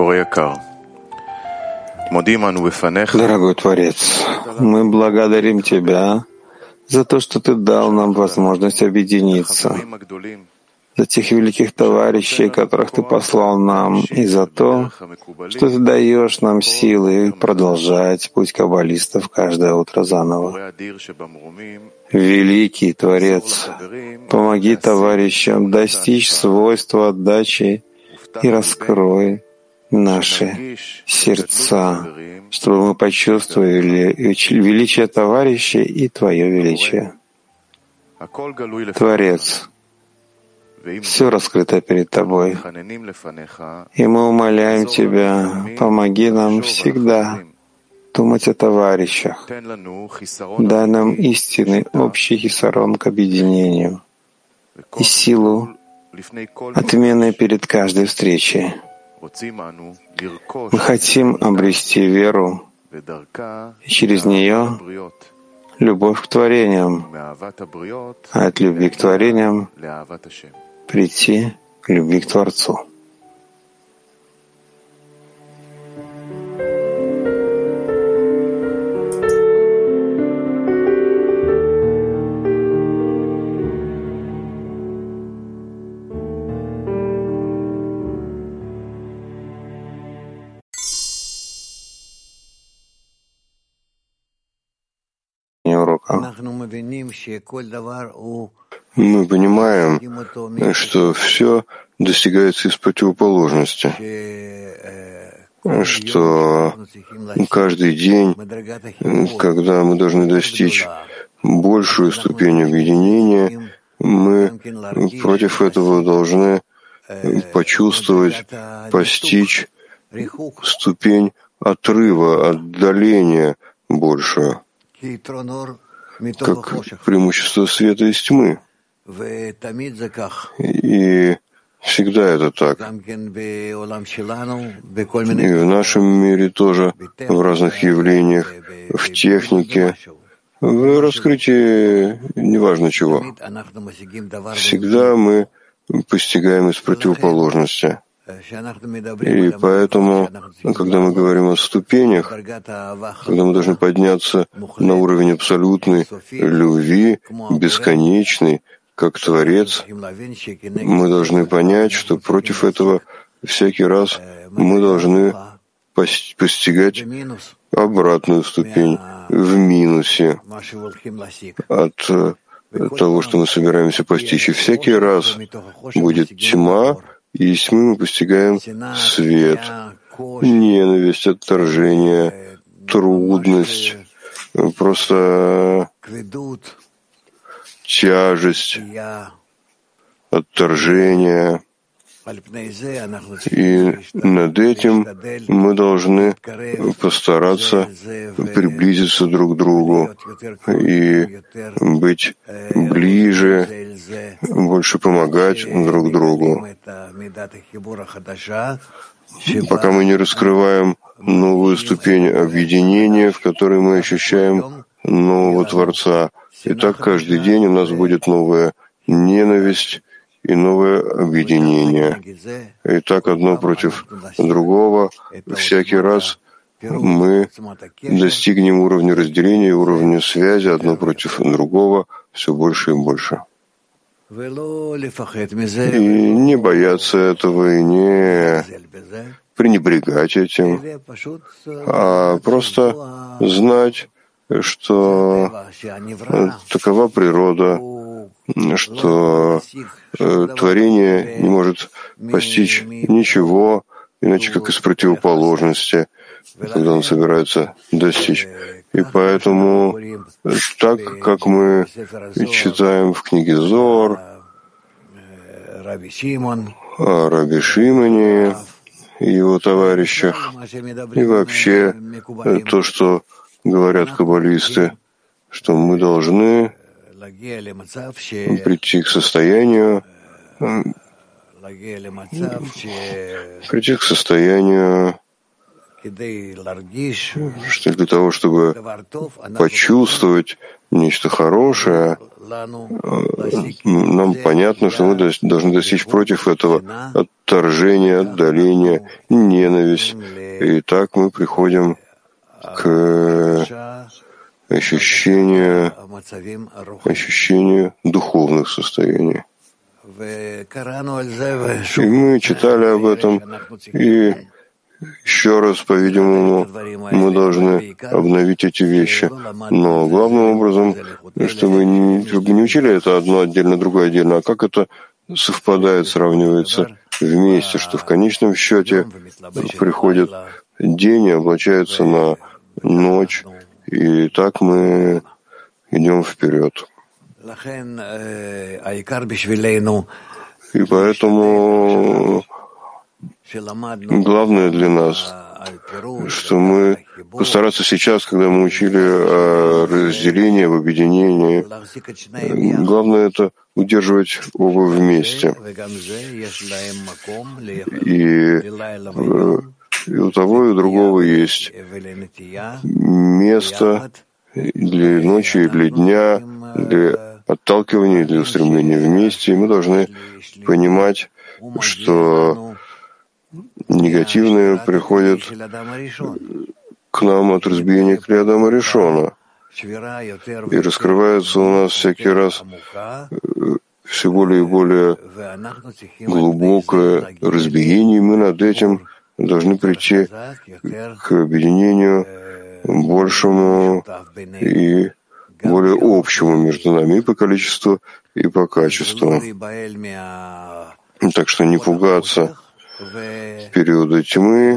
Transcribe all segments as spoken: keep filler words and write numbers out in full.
Дорогой Творец, мы благодарим Тебя за то, что Ты дал нам возможность объединиться, за тех великих товарищей, которых Ты послал нам, и за то, что Ты даешь нам силы продолжать путь каббалистов каждое утро заново. Великий Творец, помоги товарищам достичь свойства отдачи и раскрой наши сердца, чтобы мы почувствовали величие товарищей и Твое величие. Творец, все раскрыто перед Тобой, и мы умоляем Тебя, помоги нам всегда думать о товарищах, дай нам истинный общий хисарон к объединению и силу отмены перед каждой встречей. Мы хотим обрести веру и через нее любовь к творениям, а от любви к творениям прийти к любви к Творцу. Мы понимаем, что все достигается из противоположности, что каждый день, когда мы должны достичь большую ступень объединения, мы против этого должны почувствовать, постичь ступень отрыва, отдаления большую, как преимущество света из тьмы. И всегда это так. И в нашем мире тоже, в разных явлениях, в технике, в раскрытии неважно чего. Всегда мы постигаем из противоположности. И поэтому, когда мы говорим о ступенях, когда мы должны подняться на уровень абсолютной любви, бесконечной, как Творец, мы должны понять, что против этого всякий раз мы должны постигать обратную ступень в минусе от того, что мы собираемся постичь. И всякий раз будет тьма, и из тьмы мы постигаем свет, ненависть, отторжение, трудность, просто тяжесть, отторжение. И над этим мы должны постараться приблизиться друг к другу и быть ближе, больше помогать друг другу. Пока мы не раскрываем новую ступень объединения, в которой мы ощущаем нового Творца. И так каждый день у нас будет новая ненависть и новое объединение. И так одно против другого. Всякий раз мы достигнем уровня разделения, уровня связи одно против другого все больше и больше. И не бояться этого, и не пренебрегать этим, а просто знать, что такова природа, что э, творение не может постичь ничего, иначе как из противоположности, когда он собирается достичь. И поэтому так, как мы читаем в книге Зоар о Раби Шимоне и его товарищах, и вообще то, что говорят каббалисты, что мы должны прийти к состоянию, прийти к состоянию что для того, чтобы почувствовать нечто хорошее, нам понятно, что мы должны достичь против этого отторжения, отдаления, ненависть. И так мы приходим к ощущению, ощущению духовных состояний. И мы читали об этом, и еще раз, по-видимому, мы должны обновить эти вещи. Но главным образом, чтобы не, чтобы не учили это одно отдельно, другое отдельно, а как это совпадает, сравнивается вместе, что в конечном счете приходит день и облачается на ночь, и так мы идем вперед. И поэтому главное для нас, что мы постараться сейчас, когда мы учили о разделении, об объединении, главное это удерживать оба вместе. И, и у того, и у другого есть место для ночи и для дня, для отталкивания, для устремления вместе. И мы должны понимать, что негативное приходит к нам от разбиения Кли Адама Ришона и раскрывается у нас всякий раз все более и более глубокое разбиение, и мы над этим должны прийти к объединению большему и более общему между нами и по количеству, и по качеству. Так что не пугаться периода тьмы,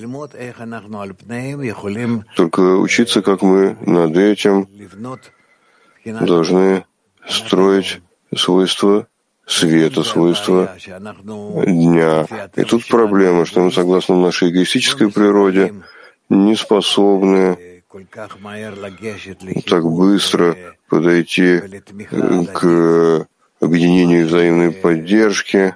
только учиться, как мы над этим должны строить свойства света, свойства дня. И тут проблема, что мы, согласно нашей эгоистической природе, не способны так быстро подойти к объединению и взаимной поддержки.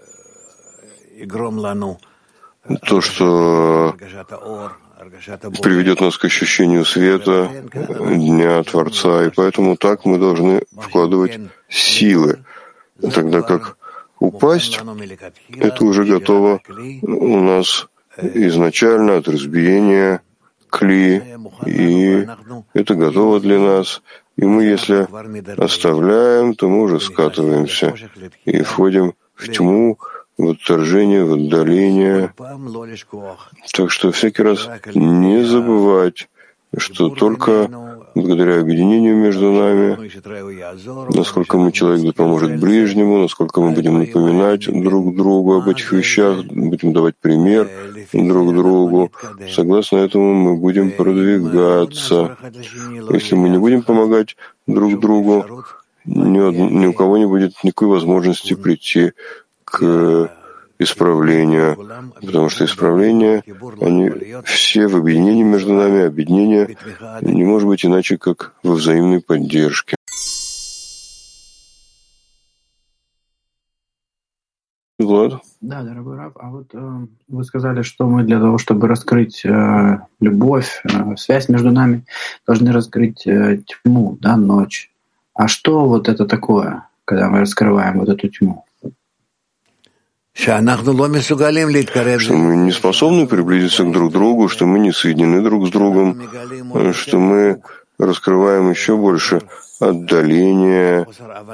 То, что приведет нас к ощущению света, дня Творца, и поэтому так мы должны вкладывать силы, тогда как упасть — это уже готово у нас изначально от разбиения Кли, и это готово для нас. И мы, если оставляем, то мы уже скатываемся и входим в тьму, в отторжение, в отдаление. Так что всякий раз не забывать, что только благодаря объединению между нами, насколько мы человек да поможет ближнему, насколько мы будем напоминать друг другу об этих вещах, будем давать пример друг другу, согласно этому мы будем продвигаться. Если мы не будем помогать друг другу, ни, ни у кого не будет никакой возможности прийти к исправлению, потому что исправления, они все в объединении между нами, объединение не может быть иначе, как во взаимной поддержке. Влад? Да, дорогой Рав, а вот э, вы сказали, что мы для того, чтобы раскрыть э, любовь, э, связь между нами, должны раскрыть э, тьму, да, ночь. А что вот это такое, когда мы раскрываем вот эту тьму? Что мы не способны приблизиться к друг другу, что мы не соединены друг с другом, что мы раскрываем еще больше отдаления,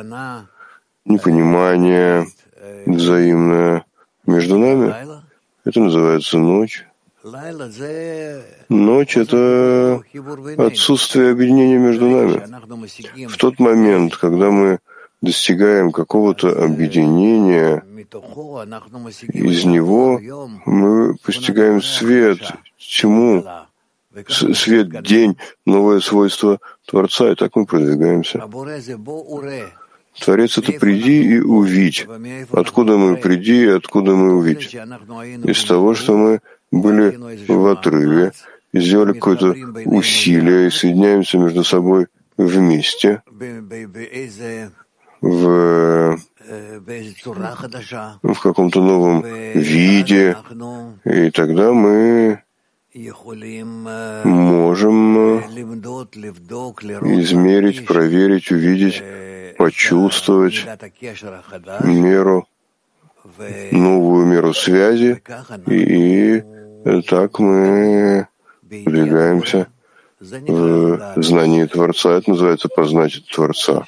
непонимания взаимное между нами. Это называется ночь. Ночь — это отсутствие объединения между нами. В тот момент, когда мы достигаем какого-то объединения, из него мы постигаем свет, тьму, свет, день, новое свойство Творца, и так мы продвигаемся. Творец — это «приди и увидь». Откуда мы приди и откуда мы увидь? Из того, что мы были в отрыве, и сделали какое-то усилие, и соединяемся между собой вместе, в, в каком-то новом виде, и тогда мы можем измерить, проверить, увидеть, почувствовать меру, новую меру связи, и так мы продвигаемся в знании Творца. Это называется познать Творца.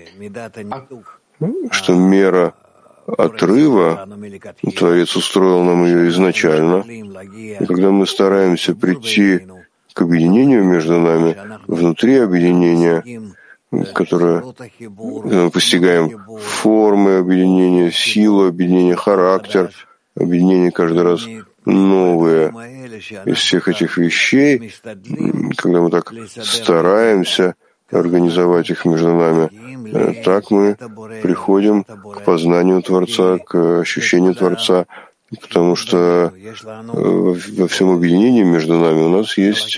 Что мера отрыва, Творец устроил нам ее изначально, и когда мы стараемся прийти к объединению между нами, внутри объединения, которое мы постигаем формы объединения, силу объединения, характер объединения каждый раз новые из всех этих вещей, когда мы так стараемся организовать их между нами, так мы приходим к познанию Творца, к ощущению Творца, потому что во всем объединении между нами у нас есть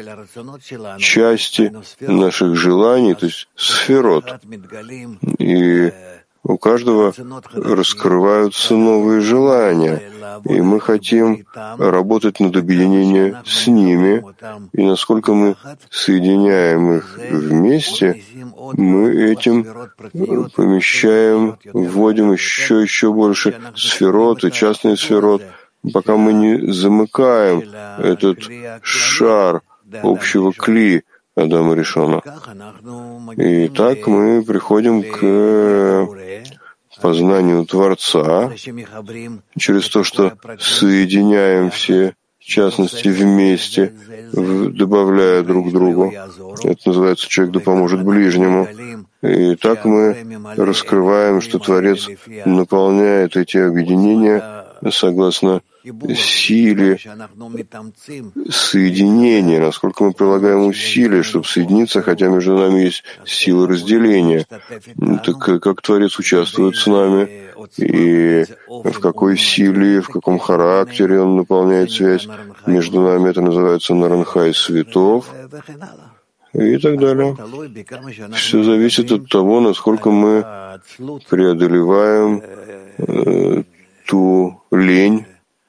части наших желаний, то есть сферот, и у каждого раскрываются новые желания, и мы хотим работать над объединением с ними, и насколько мы соединяем их вместе, мы этим помещаем, вводим еще еще больше сферот и частные сферот, пока мы не замыкаем этот шар общего кли Адама Ришона. И так мы приходим к познанию Творца через то, что соединяем все частности вместе, добавляя друг к другу. Это называется «человек да поможет ближнему». И так мы раскрываем, что Творец наполняет эти объединения согласно силе соединения, насколько мы прилагаем усилия, чтобы соединиться, хотя между нами есть сила разделения. Так как Творец участвует с нами, и в какой силе, в каком характере он наполняет связь между нами, это называется Наранхай светов, и так далее. Все зависит от того, насколько мы преодолеваем э, ту лень,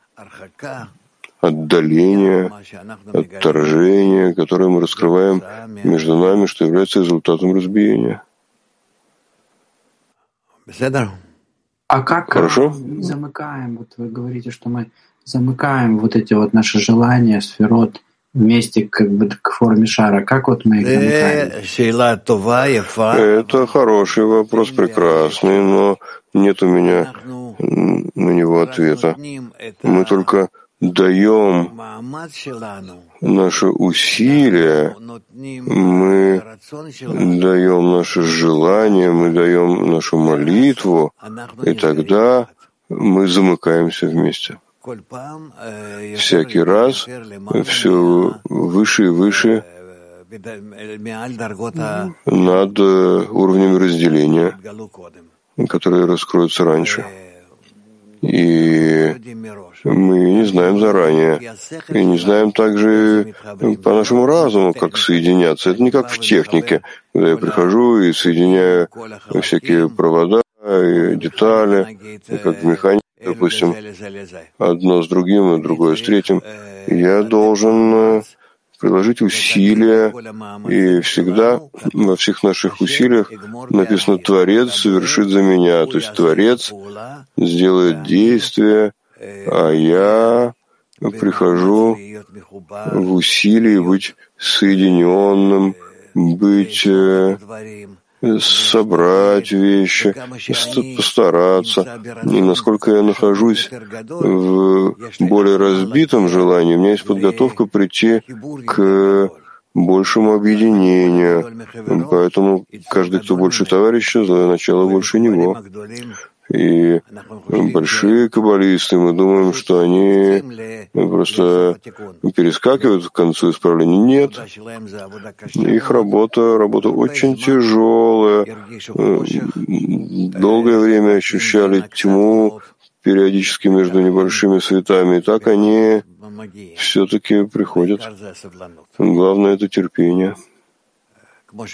отдаление, отторжение, которое мы раскрываем между нами, что является результатом разбиения. А как Хорошо? замыкаем? Вот вы говорите, что мы замыкаем вот эти вот наши желания, сферот вместе как бы к форме шара. Как вот мы их замыкаем? Это хороший вопрос, прекрасный, но нет у меня на него ответа. Мы только даем наши усилия, мы даем наше желание, мы даем нашу молитву, и тогда мы замыкаемся вместе. Всякий раз все выше и выше над уровнем разделения, которые раскроются раньше. И мы не знаем заранее. И не знаем также по нашему разуму, как соединяться. Это не как в технике, когда я прихожу и соединяю всякие провода и детали, как в механике, допустим, одно с другим и другое с третьим. Я должен приложить усилия, и всегда во всех наших усилиях написано «Творец совершит за меня», то есть Творец сделает действие, а я прихожу в усилии быть соединенным, быть, собрать вещи, постараться. И насколько я нахожусь в более разбитом желании, у меня есть подготовка прийти к большему объединению. Поэтому каждый, кто больше товарища, злое начало больше него. И большие каббалисты, мы думаем, что они просто перескакивают к концу исправления. Нет. Их работа, работа очень тяжелая. Долгое время ощущали тьму периодически между небольшими светами. И так они все-таки приходят. Главное — это терпение.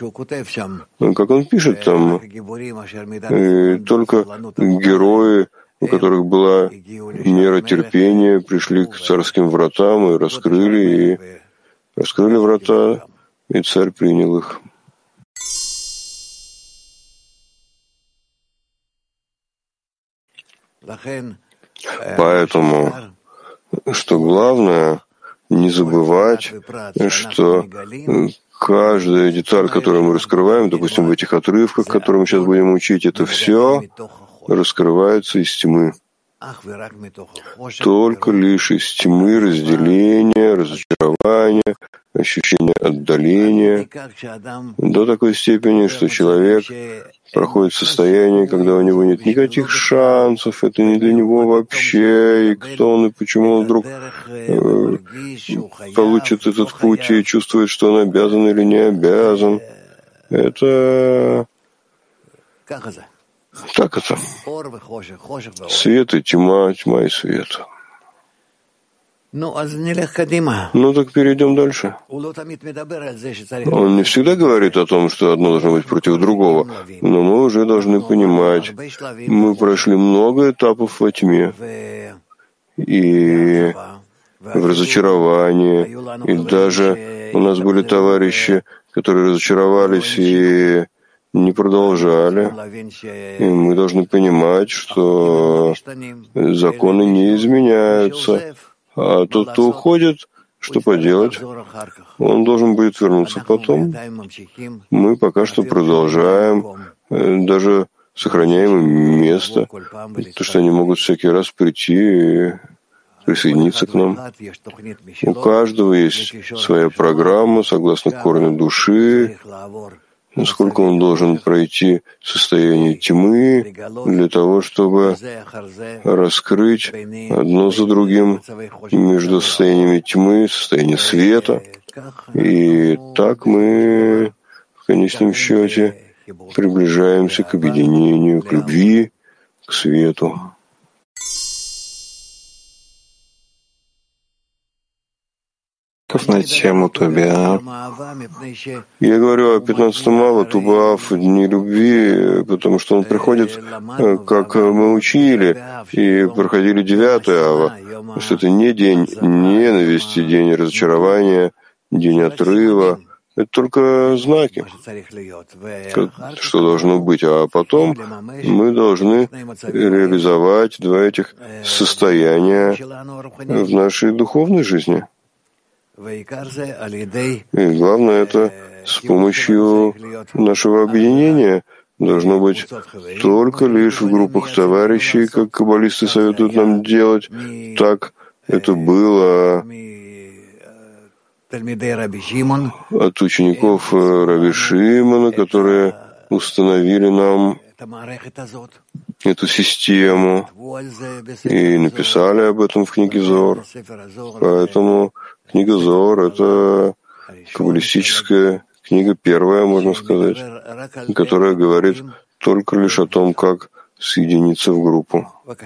Как он пишет там, и только герои, у которых была мера терпения, пришли к царским вратам и раскрыли, и раскрыли врата, и царь принял их. Поэтому, что главное, не забывать, что каждая деталь, которую мы раскрываем, допустим, в этих отрывках, которые мы сейчас будем учить, это все раскрывается из тьмы. Только лишь из тьмы разделения, разочарования, ощущения отдаления, до такой степени, что человек проходит состояние, когда у него нет никаких шансов, это не для него вообще, и кто он, и почему он вдруг э, получит этот путь и чувствует, что он обязан или не обязан. Это... Так это. Свет и тьма, тьма и свет. Ну так перейдем дальше. Он не всегда говорит о том, что одно должно быть против другого, но мы уже должны понимать, мы прошли много этапов во тьме, и в разочаровании, и даже у нас были товарищи, которые разочаровались и не продолжали. И мы должны понимать, что законы не изменяются. А тот, кто уходит, что поделать? Он должен будет вернуться потом. Мы пока что продолжаем, даже сохраняем им место, потому что они могут всякий раз прийти и присоединиться к нам. У каждого есть своя программа, согласно корню души, насколько он должен пройти состояние тьмы для того, чтобы раскрыть одно за другим между состояниями тьмы состояние света. И так мы в конечном счете приближаемся к объединению, к любви, к свету. На тему Тубиав. Я говорю о пятнадцатом ава, Тубиав, Дни любви, потому что он приходит, как мы учили, и проходили девятый ава, что это не день ненависти, день разочарования, день отрыва. Это только знаки, что должно быть. А потом мы должны реализовать два этих состояния в нашей духовной жизни. И главное, это с помощью нашего объединения должно быть только лишь в группах товарищей, как каббалисты советуют нам делать. Так это было от учеников Раби Шимона, которые установили нам эту систему и написали об этом в книге Зор. Поэтому книга Зор — это каббалистическая книга первая, можно сказать, которая говорит только лишь о том, как соединиться в группу.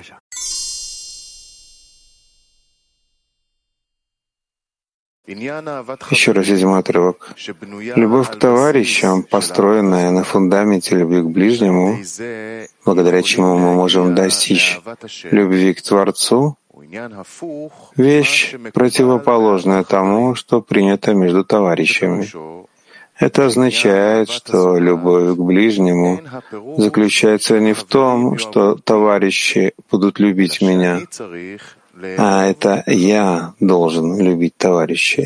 Еще раз седьмой отрывок. Любовь к товарищам, построенная на фундаменте любви к ближнему, благодаря чему мы можем достичь любви к Творцу, вещь, противоположная тому, что принято между товарищами. Это означает, что любовь к ближнему заключается не в том, что товарищи будут любить меня, а это я должен любить товарищей.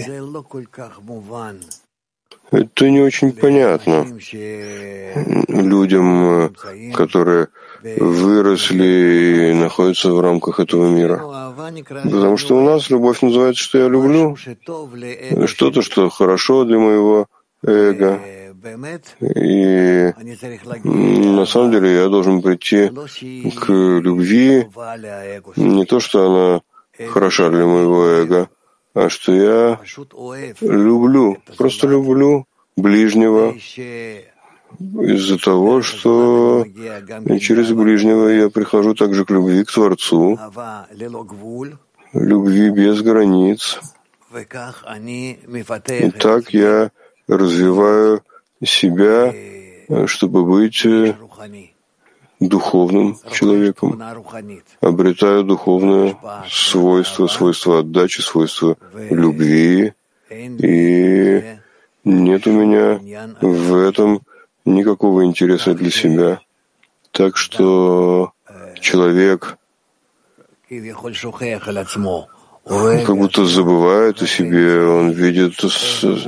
Это не очень понятно людям, которые выросли и находятся в рамках этого мира. Потому что у нас любовь называется, что я люблю, что-то, что хорошо для моего эго. И на самом деле я должен прийти к любви, не то, что она хороша для моего эго, а что я люблю, просто люблю ближнего из-за того, что через ближнего я прихожу также к любви к Творцу, любви без границ. И так я развиваю себя, чтобы быть духовным человеком, обретаю духовное свойство, свойство отдачи, свойство любви, и нет у меня в этом никакого интереса для себя. Так что человек как будто забывает о себе, он видит в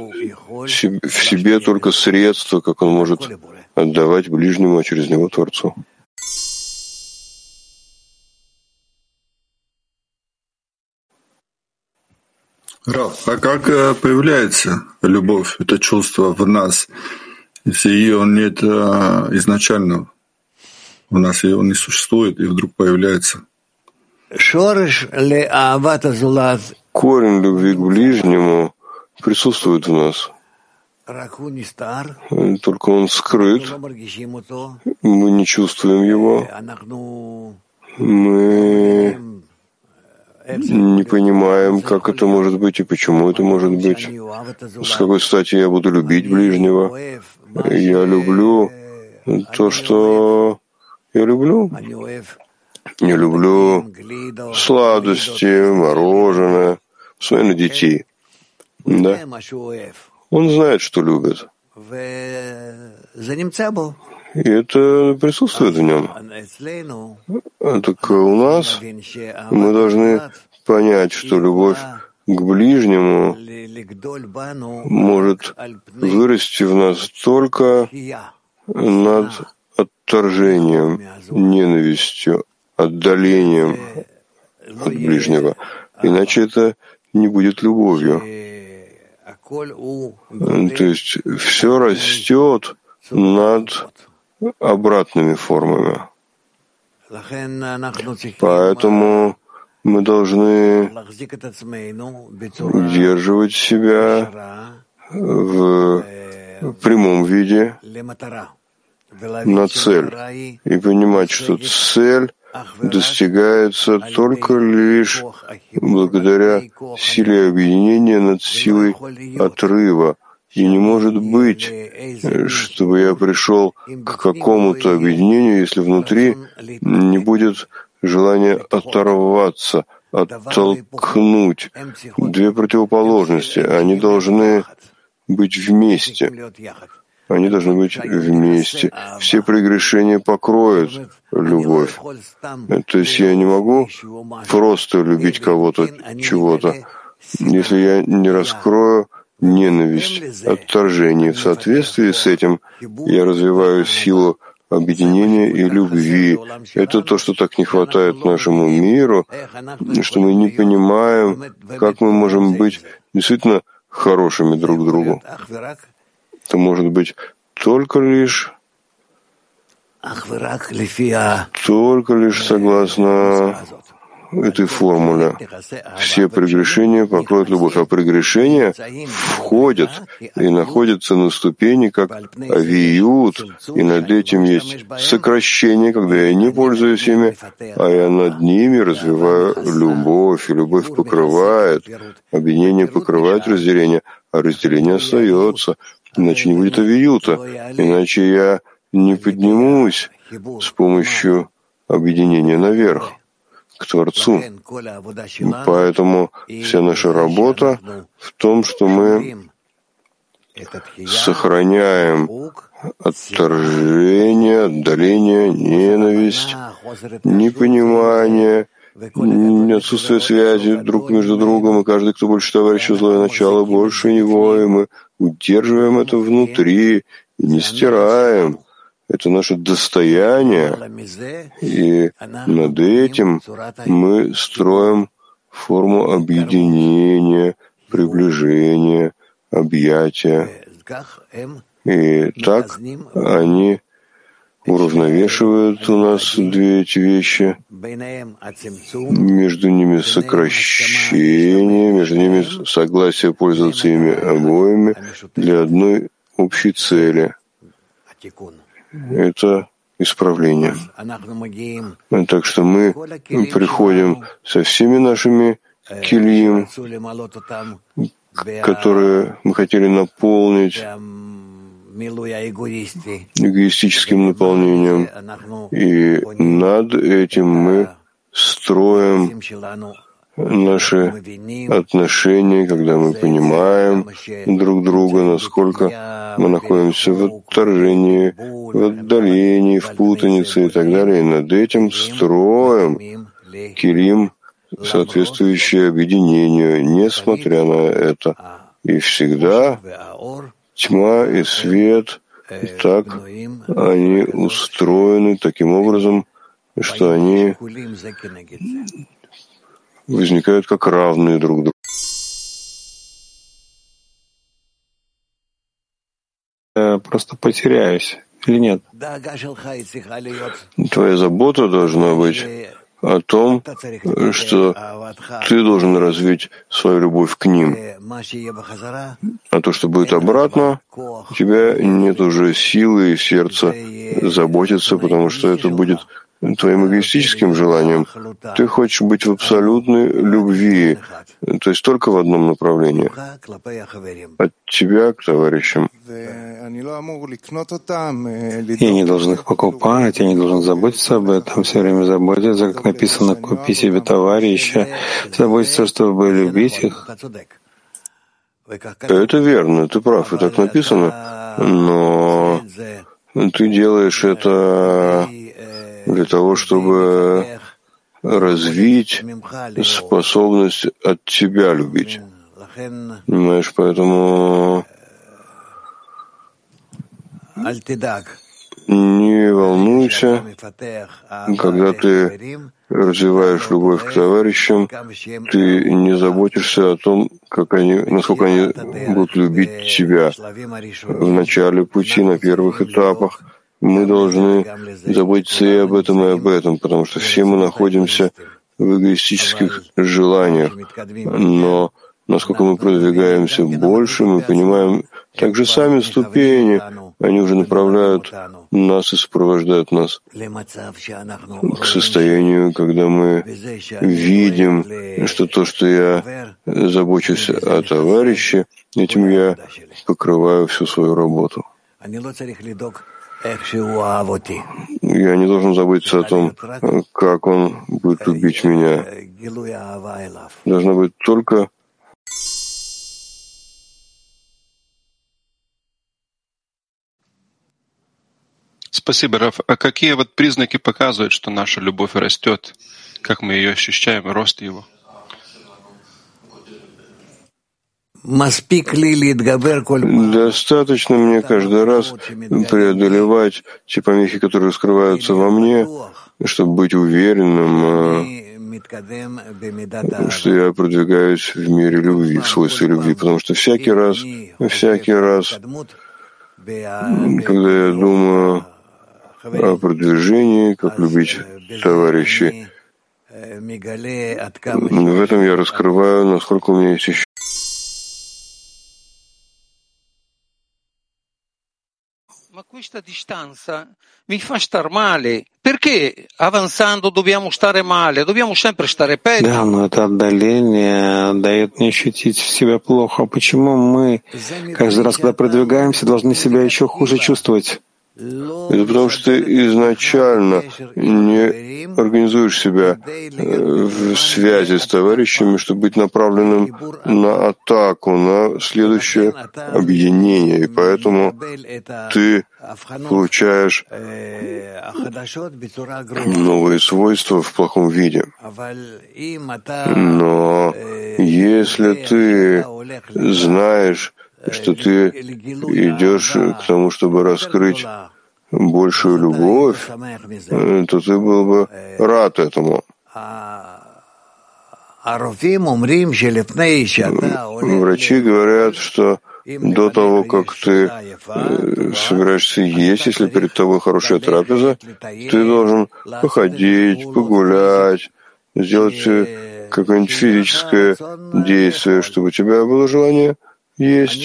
себе только средства, как он может отдавать ближнему, а через него Творцу. Рав, а как появляется любовь, это чувство в нас, если ее нет изначально, у нас ее не существует, и вдруг появляется? Корень любви к ближнему присутствует в нас. Только он скрыт, мы не чувствуем его, мы не понимаем, как это может быть и почему это может быть. С какой стати я буду любить ближнего? Я люблю то, что я люблю. Я люблю сладости, мороженое, смотря на детей. Да? Он знает, что любит. И это присутствует в нем. Так у нас мы должны понять, что любовь к ближнему может вырасти в нас только над отторжением, ненавистью, отдалением от ближнего. Иначе это не будет любовью. То есть все растет над обратными формами. Поэтому мы должны удерживать себя в прямом виде на цель и понимать, что цель достигается только лишь благодаря силе объединения над силой отрыва. И не может быть, чтобы я пришел к какому-то объединению, если внутри не будет желания оторваться, оттолкнуть. Две противоположности, они должны быть вместе. Они должны быть вместе. Все прегрешения покроют любовь. То есть я не могу просто любить кого-то, чего-то, если я не раскрою ненависть, отторжение. В соответствии с этим я развиваю силу объединения и любви. Это то, что так не хватает нашему миру, что мы не понимаем, как мы можем быть действительно хорошими друг к другу. Это может быть только лишь, только лишь согласно этой формуле. Все прегрешения покроют любовь, а прегрешения входят и находятся на ступени, как авиют, и над этим есть сокращение, когда я не пользуюсь ими, а я над ними развиваю любовь, и любовь покрывает, объединение покрывает разделение, а разделение остается, иначе не будет авиюта, иначе я не поднимусь с помощью объединения наверх к Творцу. Поэтому вся наша работа в том, что мы сохраняем отторжение, отдаление, ненависть, непонимание, отсутствие связи друг между другом, и каждый, кто больше товарища, злое начало, больше него, и мы удерживаем это внутри, и не стираем. Это наше достояние, и над этим мы строим форму объединения, приближения, объятия. И так они уравновешивают у нас две эти вещи. Между ними сокращение, между ними согласие пользоваться ими обоими для одной общей цели. Это исправление. Так что мы приходим со всеми нашими килим, которые мы хотели наполнить эгоистическим наполнением. И над этим мы строим наши отношения, когда мы понимаем друг друга, насколько мы находимся в отторжении, в отдалении, в путанице и так далее. И над этим строим килим, соответствующие объединению, несмотря на это. И всегда тьма и свет, так они устроены таким образом, что они возникают как равные друг другу. Я просто потеряюсь или нет? Твоя забота должна быть о том, что ты должен развить свою любовь к ним. А то, что будет обратно, у тебя нет уже силы и сердца заботиться, потому что это будет твоим эгоистическим желанием. Ты хочешь быть в абсолютной любви, то есть только в одном направлении. От тебя к товарищам. Я не должен их покупать, я не должен заботиться об этом, все время заботиться, как написано, купи себе товарища, заботиться, чтобы любить их. Это верно, ты прав, и так написано, но ты делаешь это для того, чтобы развить способность от тебя любить. Понимаешь, поэтому не волнуйся, когда ты развиваешь любовь к товарищам, ты не заботишься о том, как они, насколько они будут любить тебя. В начале пути, на первых этапах, мы должны заботиться и об этом, и об этом, потому что все мы находимся в эгоистических желаниях. Но насколько мы продвигаемся больше, мы понимаем также сами ступени, они уже направляют нас и сопровождают нас к состоянию, когда мы видим, что то, что я забочусь о товарище, этим я покрываю всю свою работу. Я не должен заботиться о том, как он будет любить меня. Должна быть только Спасибо, Раф. А какие вот признаки показывают, что наша любовь растет? Как мы ее ощущаем, рост его? Достаточно мне каждый раз преодолевать те помехи, которые скрываются во мне, чтобы быть уверенным, что я продвигаюсь в мире любви, в свойстве любви. Потому что всякий раз, всякий раз, когда я думаю о продвижении, как любить товарищей, в этом я раскрываю, насколько у меня есть еще. Ma questa distanza mi fa star male. Perché avanzando dobbiamo stare male? Dobbiamo sempre stare peggio. Да, но это отдаление дает мне ощутить себя плохо. Почему мы каждый раз, когда продвигаемся, должны себя еще хуже чувствовать? Это потому что ты изначально не организуешь себя в связи с товарищами, чтобы быть направленным на атаку, на следующее объединение. И поэтому ты получаешь новые свойства в плохом виде. Но если ты знаешь, что ты идешь к тому, чтобы раскрыть большую любовь, то ты был бы рад этому. Врачи говорят, что до того, как ты собираешься есть, если перед тобой хорошая трапеза, ты должен походить, погулять, сделать какое-нибудь физическое действие, чтобы у тебя было желание есть.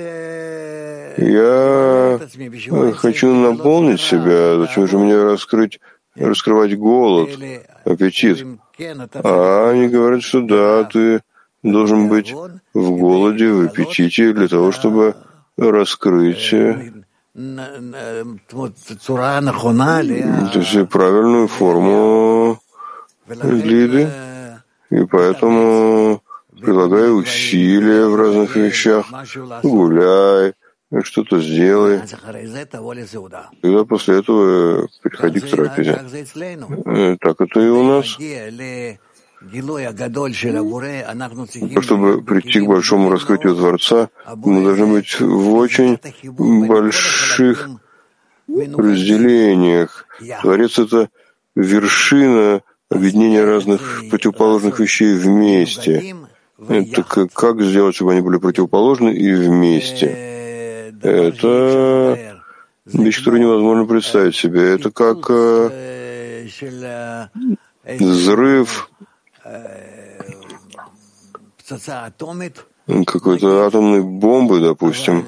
Я хочу наполнить себя. Зачем же мне раскрыть, раскрывать голод, аппетит? А они говорят, что да, ты должен быть в голоде, в аппетите для того, чтобы раскрыть То есть правильную форму глиды, и поэтому прилагай усилия в разных вещах, гуляй, что-то сделай. Тогда после этого переходи к трапезе. Так это и у нас. Чтобы прийти к большому раскрытию Творца, мы должны быть в очень больших разделениях. Творец — это вершина объединения разных противоположных вещей вместе. Это как сделать, чтобы они были противоположны и вместе? Это вещь, которую невозможно представить себе. Это как взрыв какой-то атомной бомбы, допустим,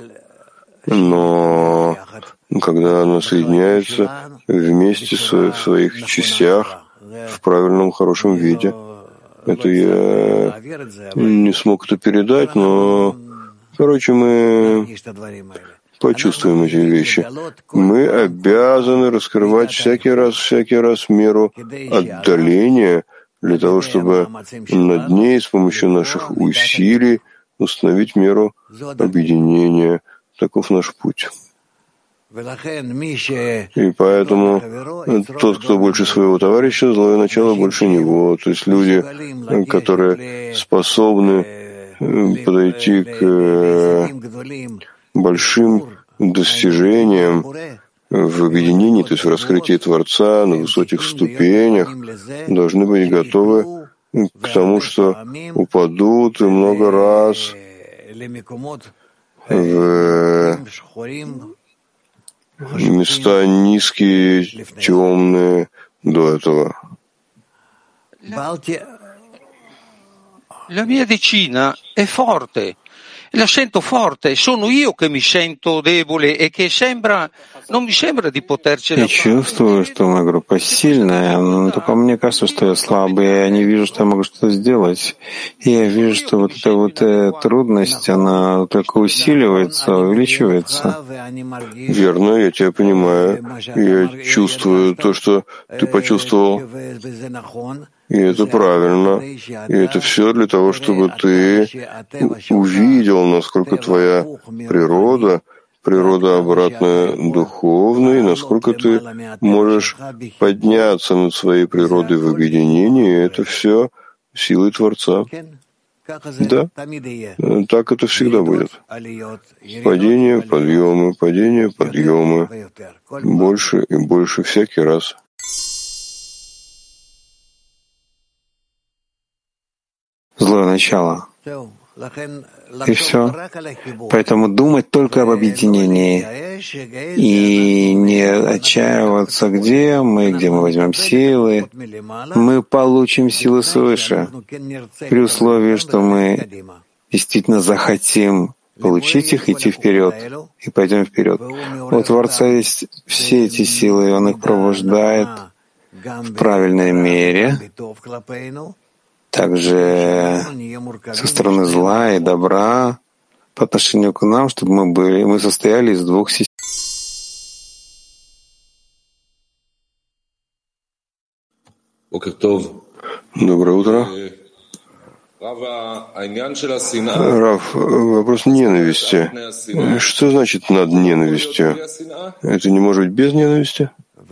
но когда она соединяется вместе в своих частях в правильном, хорошем виде. Это я не смог это передать, но, короче, мы почувствуем эти вещи. Мы обязаны раскрывать всякий раз, всякий раз меру отдаления для того, чтобы над ней с помощью наших усилий установить меру объединения. Таков наш путь. И поэтому тот, кто больше своего товарища, злое начало больше него. То есть люди, которые способны подойти к большим достижениям в объединении, то есть в раскрытии Творца на высоких ступенях, должны быть готовы к тому, что упадут и много раз в места низкие, темные до этого. La mia decina è forte, la sento forte, sono io che mi sento debole e che sembra, non mi sembra di potercela Я fare. чувствую, что моя группа сильная, но только мне кажется, что я слабый, я не вижу, что я могу что-то сделать. И я вижу, что вот эта вот э, трудность, она только усиливается, увеличивается. Верно, я тебя понимаю. Я чувствую то, что ты почувствовал. И это правильно. И это все для того, чтобы ты увидел, насколько твоя природа, природа обратная духовная, и насколько ты можешь подняться над своей природой в объединении. И это все силой Творца. Да, так это всегда будет. Падение, подъемы, падение, подъемы. Больше и больше всякий раз. Злое начало. И все. Поэтому думать только об объединении и не отчаиваться, где мы, где мы возьмем силы. Мы получим силы свыше, при условии, что мы действительно захотим получить их, идти вперед, и пойдем вперед. У Творца есть все эти силы, и Он их пробуждает в правильной мере, также со стороны зла и добра по отношению к нам, чтобы мы были, мы состояли из двух систем. Доброе утро. Рав, вопрос ненависти. Что значит над ненавистью? Это не может быть без ненависти?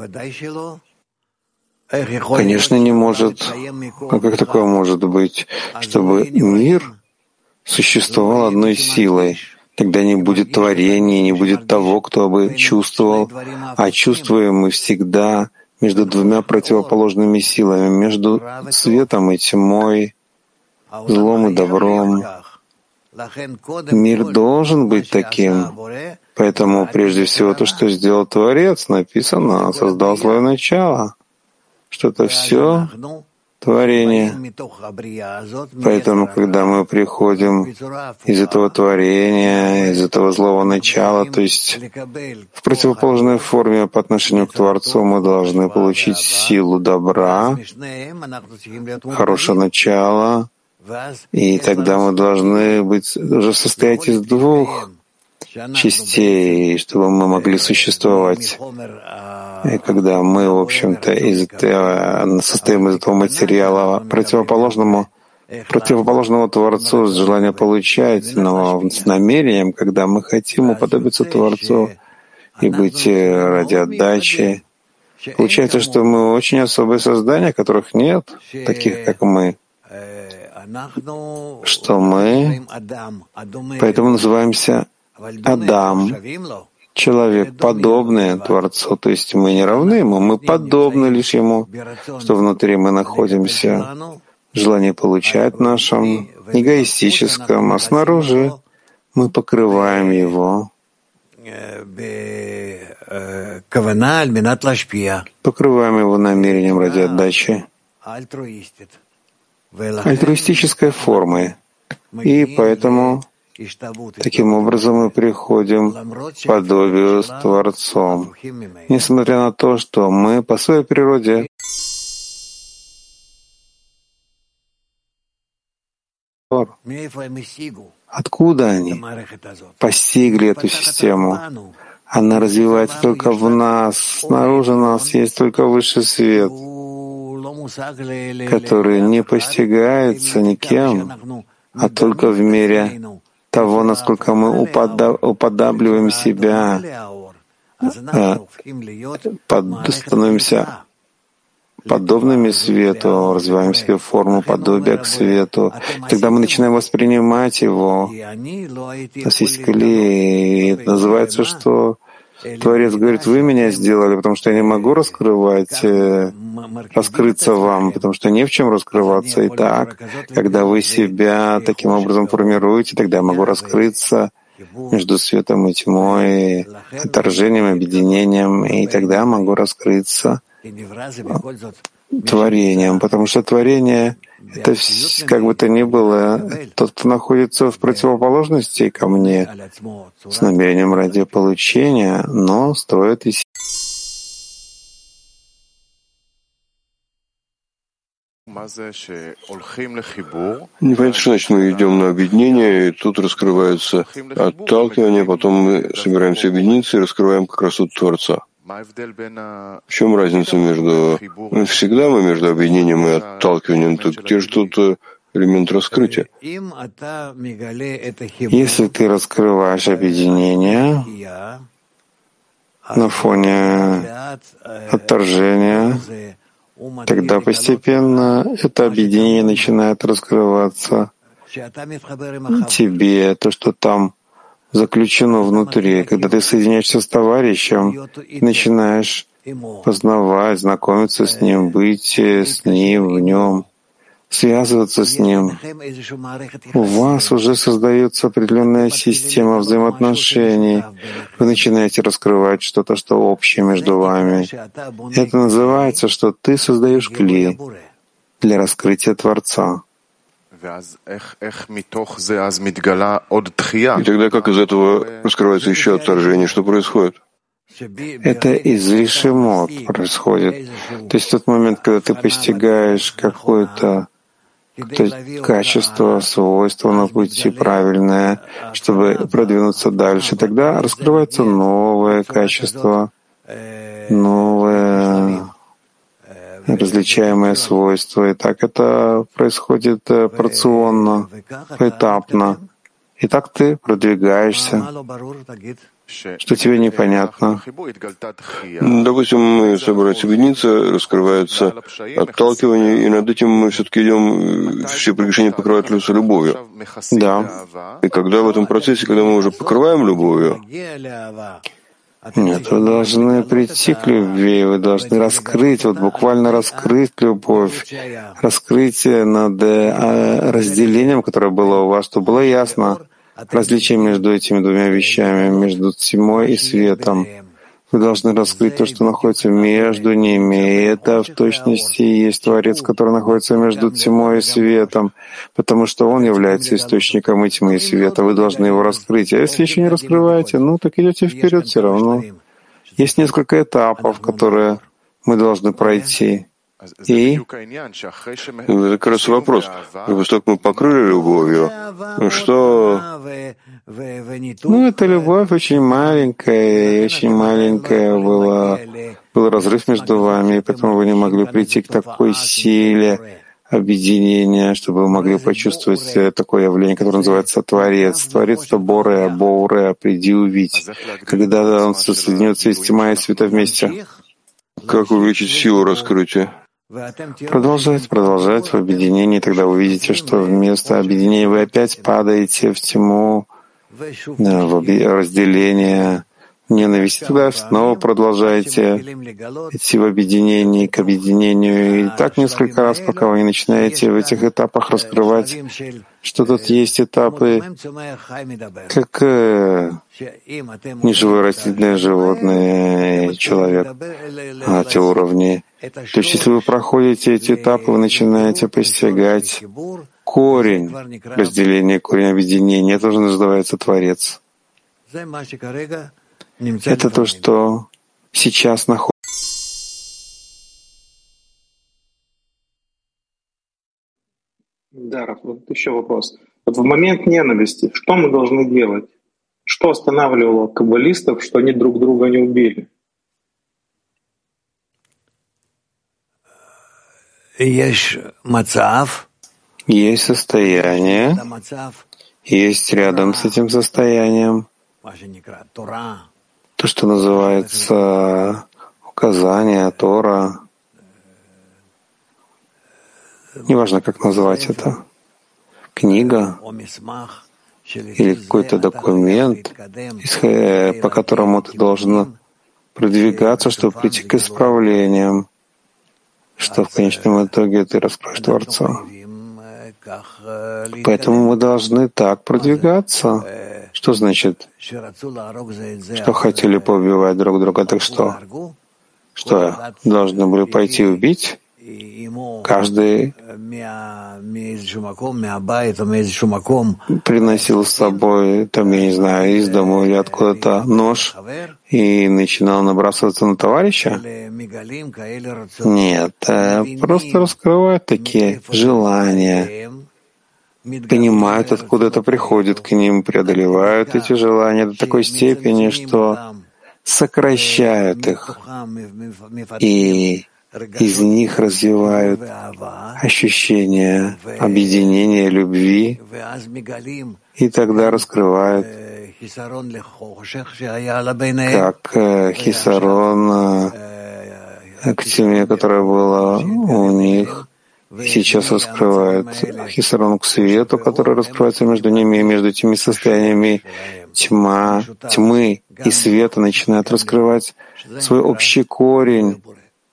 Конечно, не может. А как такое может быть, чтобы мир существовал одной силой? Тогда не будет творения, не будет того, кто бы чувствовал. А чувствуем мы всегда между двумя противоположными силами, между светом и тьмой, злом и добром. Мир должен быть таким. Поэтому прежде всего то, что сделал Творец, написано, создал свое начало, что это все творение. Поэтому, когда мы приходим из этого творения, из этого злого начала, то есть в противоположной форме по отношению к Творцу, мы должны получить силу добра, хорошее начало, и тогда мы должны быть уже состоять из двух частей, чтобы мы могли существовать. И когда мы, в общем-то, из этого, состоим из этого материала противоположному, противоположному Творцу, с желанием получать, но с намерением, когда мы хотим уподобиться Творцу и быть ради отдачи, получается, что мы очень особые создания, которых нет, таких как мы, что мы поэтому называемся Адам, человек, подобный Творцу. То есть мы не равны Ему, мы подобны лишь Ему, что внутри мы находимся в желании получать нашем, эгоистическом, а снаружи мы покрываем Его, покрываем Его намерением ради отдачи, альтруистической формой. И поэтому таким образом мы приходим к подобию с Творцом, несмотря на то, что мы по своей природе откуда они постигли эту систему? Она развивается только в нас. Снаружи нас есть только высший свет, который не постигается никем, а только в мере того, насколько мы уподабливаем себя, под, становимся подобными свету, развиваем себе форму подобия к свету. Тогда мы начинаем воспринимать его. У нас есть клей, и это называется, что Творец говорит, вы меня сделали, потому что я не могу раскрывать, раскрыться вам, потому что не в чем раскрываться. Итак, когда вы себя таким образом формируете, тогда я могу раскрыться между светом и тьмой, отторжением, объединением, и тогда могу раскрыться творением, потому что творение — это, как бы то ни было, тот, кто находится в противоположности ко мне, с намерением ради получения, но строит из Непонятно, что значит мы идем на объединение, и тут раскрывается отталкивание, потом мы собираемся объединиться и раскрываем как раз тут Творца. В чем разница между... Ну, всегда мы между объединением и отталкиванием, то где же тут элемент раскрытия? Если ты раскрываешь объединение на фоне отторжения, тогда постепенно это объединение начинает раскрываться тебе, то, что там заключено внутри. Когда ты соединяешься с товарищем, начинаешь познавать, знакомиться с ним, быть с ним, в нем, связываться с ним. У вас уже создается определенная система взаимоотношений. Вы начинаете раскрывать что-то, что общее между вами. Это называется, что ты создаешь клей для раскрытия Творца. И тогда как из этого раскрывается еще отторжение? Что происходит? Это из решимот происходит. То есть в тот момент, когда ты постигаешь какое-то качество, свойство на пути правильное, чтобы продвинуться дальше, тогда раскрывается новое качество, новое различаемые свойства. И так это происходит порционно, поэтапно. И так ты продвигаешься. Что тебе непонятно? Допустим, мы собрались объединиться, раскрывается отталкивание, и над этим мы все-таки идем, все прегрешения покрывать лицо любовью. Да. И когда в этом процессе, когда мы уже покрываем любовью, нет, вы должны прийти к любви, вы должны раскрыть, вот буквально раскрыть любовь, раскрытие над разделением, которое было у вас, чтобы было ясно различие между этими двумя вещами, между тьмой и светом. Вы должны раскрыть то, что находится между ними, и это в точности и есть Творец, который находится между тьмой и светом, потому что Он является источником и тьмы, и света. Вы должны его раскрыть. А если еще не раскрываете, ну так идете вперед все равно. Есть несколько этапов, которые мы должны пройти. И Это как раз вопрос. После того, как мы покрыли любовью, что... Ну, эта любовь очень маленькая, и очень маленькая была, был разрыв между вами, и поэтому вы не могли прийти к такой силе объединения, чтобы вы могли почувствовать такое явление, которое называется Творец. Творец — это Бореа, Боуреа, приди увидеть. Когда он соединется из тьма и света вместе. Как увеличить силу раскрытия? Продолжать, продолжать в объединении, тогда вы увидите, что вместо объединения вы опять падаете в тьму, в разделение, ненависть. Тогда снова продолжаете идти в объединении, к объединению. И так несколько раз, пока вы не начинаете в этих этапах раскрывать, что тут есть этапы, как э, неживое растительное животное и человек на те уровни. То есть, если вы проходите эти этапы, вы начинаете постигать корень разделения, корень объединения. Это уже называется Творец. Это то, что сейчас находится. Да, Раф, вот еще вопрос. Вот в момент ненависти что мы должны делать? Что останавливало каббалистов, что они друг друга не убили? Есть состояние, есть рядом с этим состоянием то, что называется указание, Тора. Неважно, как назвать это. Книга или какой-то документ, по которому ты должен продвигаться, чтобы прийти к исправлениям, что в конечном итоге ты раскроешь Творца. Поэтому мы должны так продвигаться. Что значит? Что хотели поубивать друг друга, так что? Что, должны были пойти убить? Каждый приносил с собой, там, я не знаю, из дома или откуда-то нож и начинал набрасываться на товарища? Нет, просто раскрывают такие желания, понимают, откуда это приходит к ним, преодолевают эти желания до такой степени, что сокращают их и из них развивают ощущение объединения, любви, и тогда раскрывают как хисарон к тьме, которая была у них, и сейчас раскрывают хисарон к свету, который раскрывается между ними, и между этими состояниями тьма, тьмы и света начинают раскрывать свой общий корень.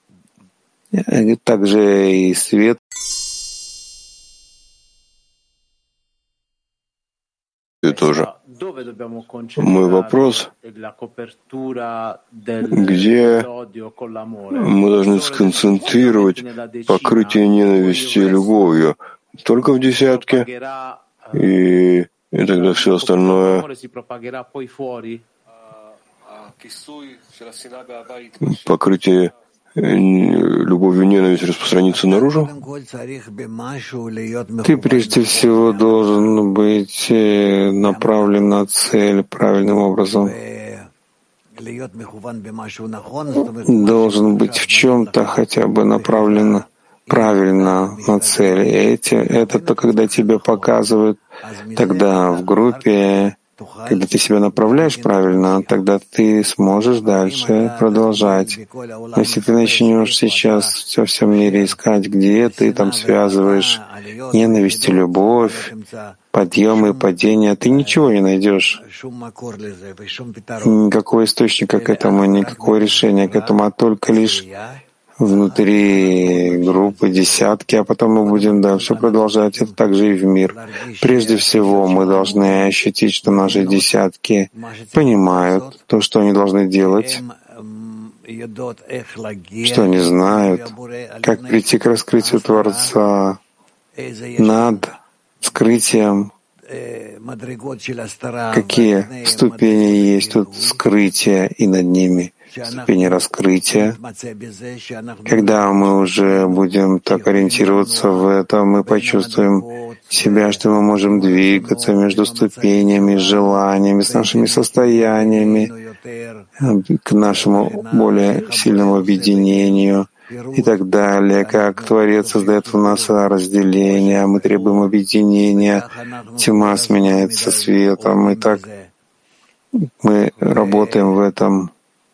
Также и свет. И тоже. Мой вопрос, где мы должны сконцентрировать покрытие ненависти любовью? Только в десятке? И, и тогда все остальное покрытие любовью ненависть распространится наружу? Ты прежде всего должен быть направлен на цель правильным образом. Должен быть в чем-то хотя бы направлен правильно на цель. И эти, это то, когда тебе показывают, тогда в группе, когда ты себя направляешь правильно, тогда ты сможешь дальше продолжать. Но если ты начнешь сейчас во всем мире искать, где ты там связываешь ненависть и любовь, подъемы и падения, ты ничего не найдешь. Никакого источника к этому, никакого решения к этому, а только лишь внутри группы, десятки, а потом мы будем дальше продолжать это также и в мир. Прежде всего, мы должны ощутить, что наши десятки понимают то, что они должны делать, что они знают, как прийти к раскрытию Творца над скрытием, какие ступени есть тут скрытия и над ними. ступени раскрытия. Когда мы уже будем так ориентироваться в этом, мы почувствуем себя, что мы можем двигаться между ступенями, желаниями, с нашими состояниями, к нашему более сильному объединению и так далее. Как Творец создает в нас разделение, мы требуем объединения, тьма сменяется светом, и так мы работаем в этом.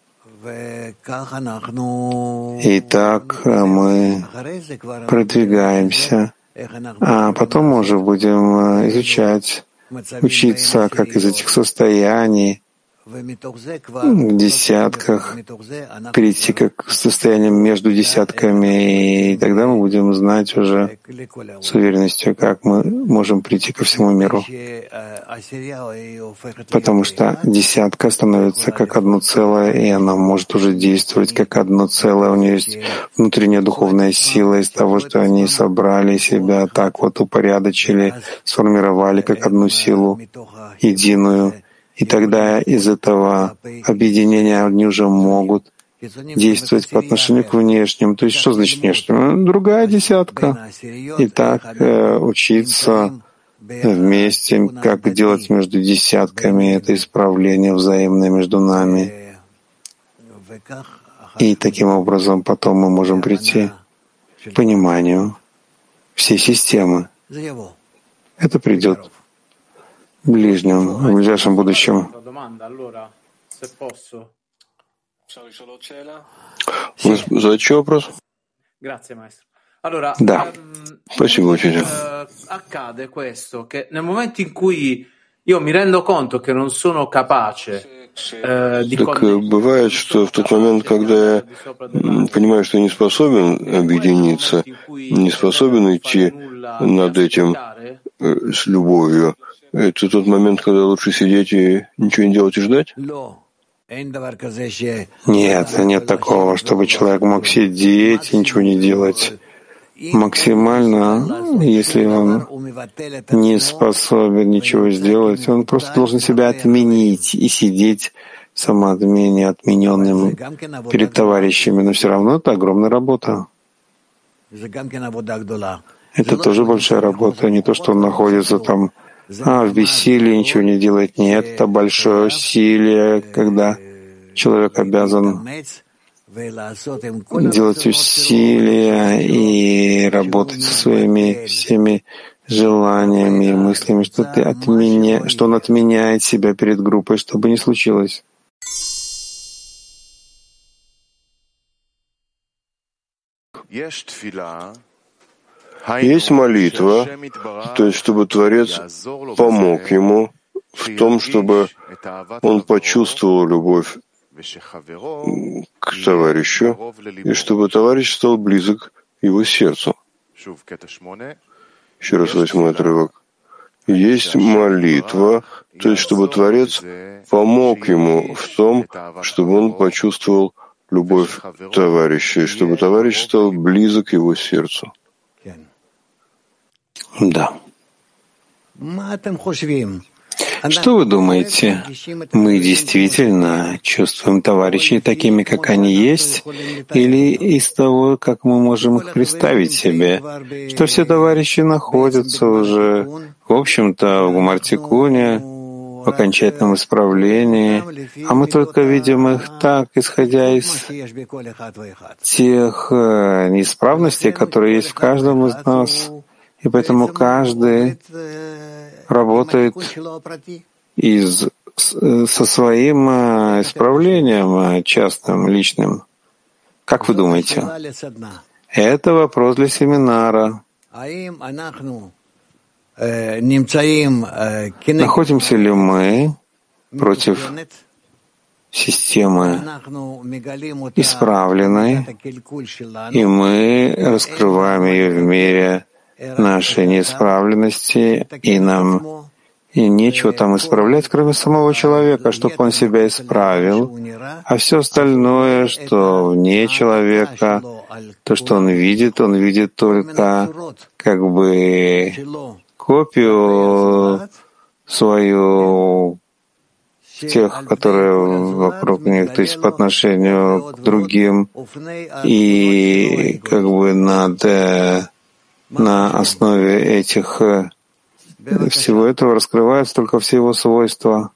И так мы продвигаемся, а потом мы уже будем изучать, учиться, как из этих состояний, в десятках, перейти как к состояниям между десятками, и тогда мы будем знать уже с уверенностью, как мы можем прийти ко всему миру. Потому что десятка становится как одно целое, и она может уже действовать как одно целое. У нее есть внутренняя духовная сила из того, что они собрали себя, так вот упорядочили, сформировали как одну силу единую. И тогда из этого объединения они уже могут действовать по отношению к внешним. То есть что значит внешним? Другая десятка. И так э, учиться вместе, как делать между десятками это исправление взаимное между нами. И таким образом потом мы можем прийти к пониманию всей системы. Это придет в ближнем, в ближайшем будущем. Задача вопрос? Да. Спасибо, учитель. Accade questo, che nel momento in cui io mi rendo conto che non sono capace di Так бывает, что в тот момент, когда я понимаю, что я не способен объединиться, не способен идти над этим с любовью, это тот момент, когда лучше сидеть и ничего не делать и ждать? Нет, нет такого, чтобы человек мог сидеть и ничего не делать. Максимально, если он не способен ничего сделать, он просто должен себя отменить и сидеть в самоотмене, отмененным перед товарищами. Но все равно это огромная работа. Это тоже большая работа, не то, что он находится там а, в бессилии, ничего не делает. Нет, это большое усилие, когда человек обязан делать усилия и работать со своими всеми желаниями и мыслями, что, ты отменя... что он отменяет себя перед группой, что бы ни случилось. Есть молитва, то есть чтобы Творец помог ему в том, чтобы он почувствовал любовь к товарищу, и чтобы товарищ стал близок его сердцу. Еще раз восьмой отрывок. Есть молитва, то есть чтобы Творец помог ему в том, чтобы он почувствовал любовь товарища, и чтобы товарищ стал близок его сердцу. Да. Что вы думаете? Мы действительно чувствуем товарищей такими, как они есть, или из того, как мы можем их представить себе, что все товарищи находятся уже, в общем-то, в Гумар-Тикуне, в окончательном исправлении, а мы только видим их так, исходя из тех неисправностей, которые есть в каждом из нас, и поэтому каждый работает из, со своим исправлением частным, личным. Как вы думаете? Это вопрос для семинара. Находимся ли мы против системы исправленной, и мы раскрываем ее в мире нашей неисправленности, и нам и нечего там исправлять, кроме самого человека, чтобы он себя исправил, а все остальное, что вне человека, то, что он видит, он видит только как бы копию свою тех, которые вокруг них, то есть по отношению к другим, и как бы над, на основе этих всего этого раскрываются только все его свойства.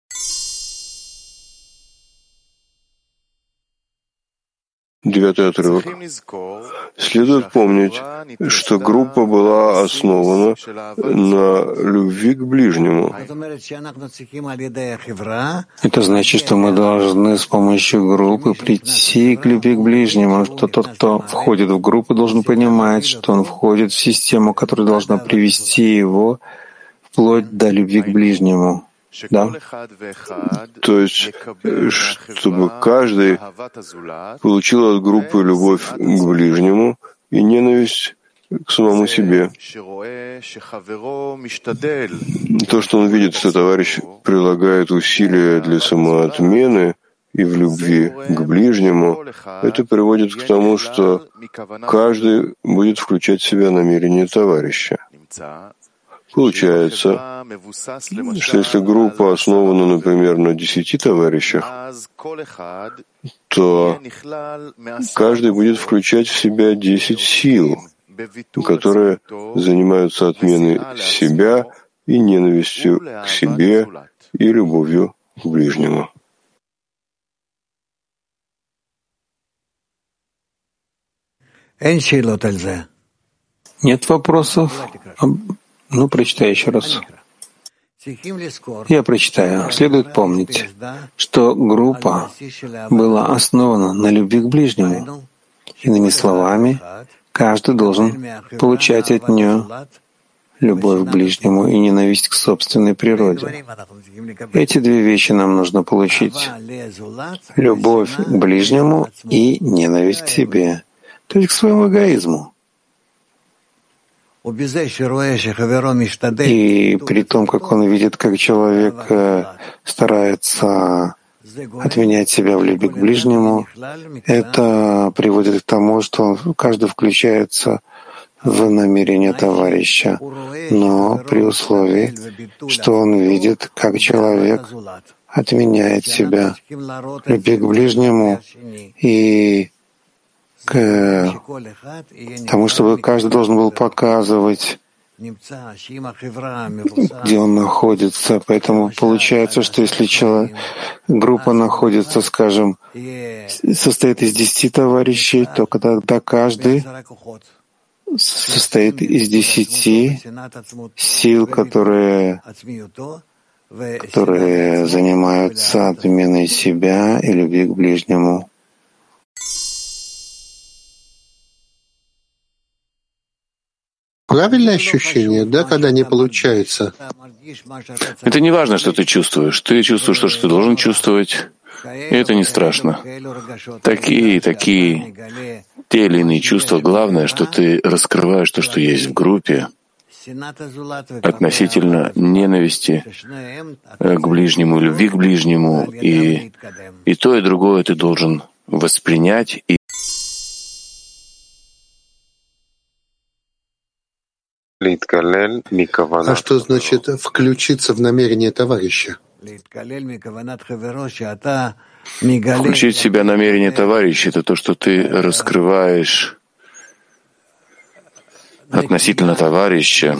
Девятый отрывок. Следует помнить, что группа была основана на любви к ближнему. Это значит, что мы должны с помощью группы прийти к любви к ближнему, что тот, кто входит в группу, должен понимать, что он входит в систему, которая должна привести его вплоть до любви к ближнему. Да? То есть, чтобы каждый получил от группы любовь к ближнему и ненависть к самому себе. То, что он видит, что товарищ прилагает усилия для самоотмены и в любви к ближнему, это приводит к тому, что каждый будет включать в себя намерение товарища. Получается, что если группа основана, например, на десяти товарищах, то каждый будет включать в себя десять сил, которые занимаются отменой себя и ненавистью к себе и любовью к ближнему. Нет вопросов? Ну, прочитай еще раз. Я прочитаю. Следует помнить, что группа была основана на любви к ближнему. Иными словами, каждый должен получать от нее любовь к ближнему и ненависть к собственной природе. Эти две вещи нам нужно получить. Любовь к ближнему и ненависть к себе, то есть к своему эгоизму. И при том, как он видит, как человек старается отменять себя в любви к ближнему, это приводит к тому, что каждый включается в намерение товарища, но при условии, что он видит, как человек отменяет себя в любви к ближнему и к тому, чтобы каждый должен был показывать, где он находится. Поэтому получается, что если человек, группа находится, скажем, состоит из десяти товарищей, то когда каждый состоит из десяти сил, которые, которые занимаются отменой себя и любви к ближнему. Правильное ощущение, да, когда не получается? Это не важно, что ты чувствуешь. Ты чувствуешь то, что ты должен чувствовать, и это не страшно. Такие, такие, те или иные чувства. Главное, что ты раскрываешь то, что есть в группе, относительно ненависти к ближнему, любви к ближнему, и, и то, и другое ты должен воспринять и А что значит включиться в намерение товарища? Включить в себя намерение товарища — это то, что ты раскрываешь относительно товарища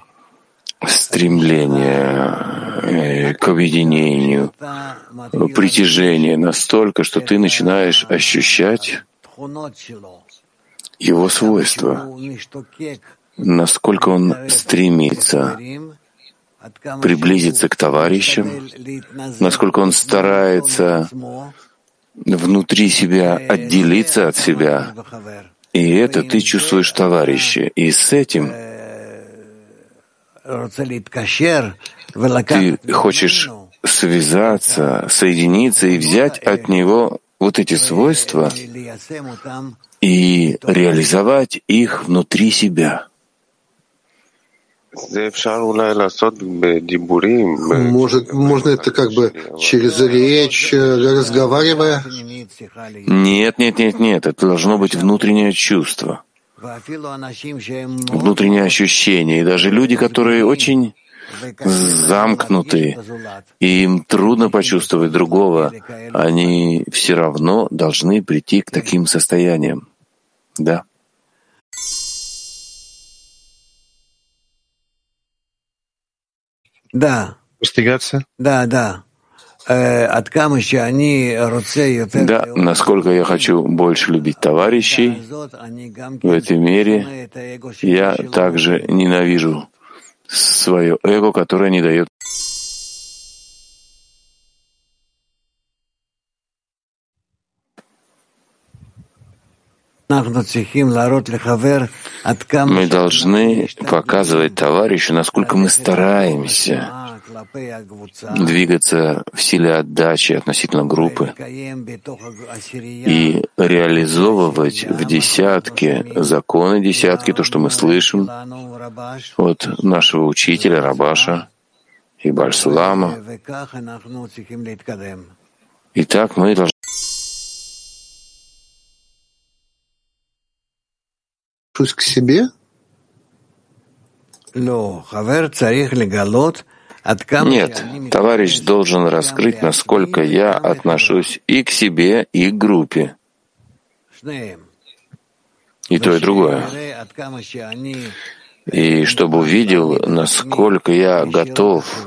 стремление к объединению, притяжение настолько, что ты начинаешь ощущать его свойства, насколько он стремится приблизиться к товарищам, насколько он старается внутри себя отделиться от себя. И это ты чувствуешь товарища. И с этим ты хочешь связаться, соединиться и взять от него вот эти свойства и реализовать их внутри себя. Может, можно это как бы через речь, разговаривая? Нет, нет, нет, нет. Это должно быть внутреннее чувство, внутреннее ощущение. И даже люди, которые очень замкнуты, и им трудно почувствовать другого, они все равно должны прийти к таким состояниям. Да. Да. Постигаться? Да, да. Да, насколько я хочу больше любить товарищей, в этой мере я также ненавижу свое эго, которое не дает. Мы должны показывать товарищу, насколько мы стараемся двигаться в силе отдачи относительно группы и реализовывать в десятке законы десятки, то, что мы слышим от нашего учителя Рабаша и Бальсулама. И так мы должны к себе? Нет, товарищ должен раскрыть, насколько я отношусь и к себе, и к группе. И то, и другое. И чтобы увидел, насколько я готов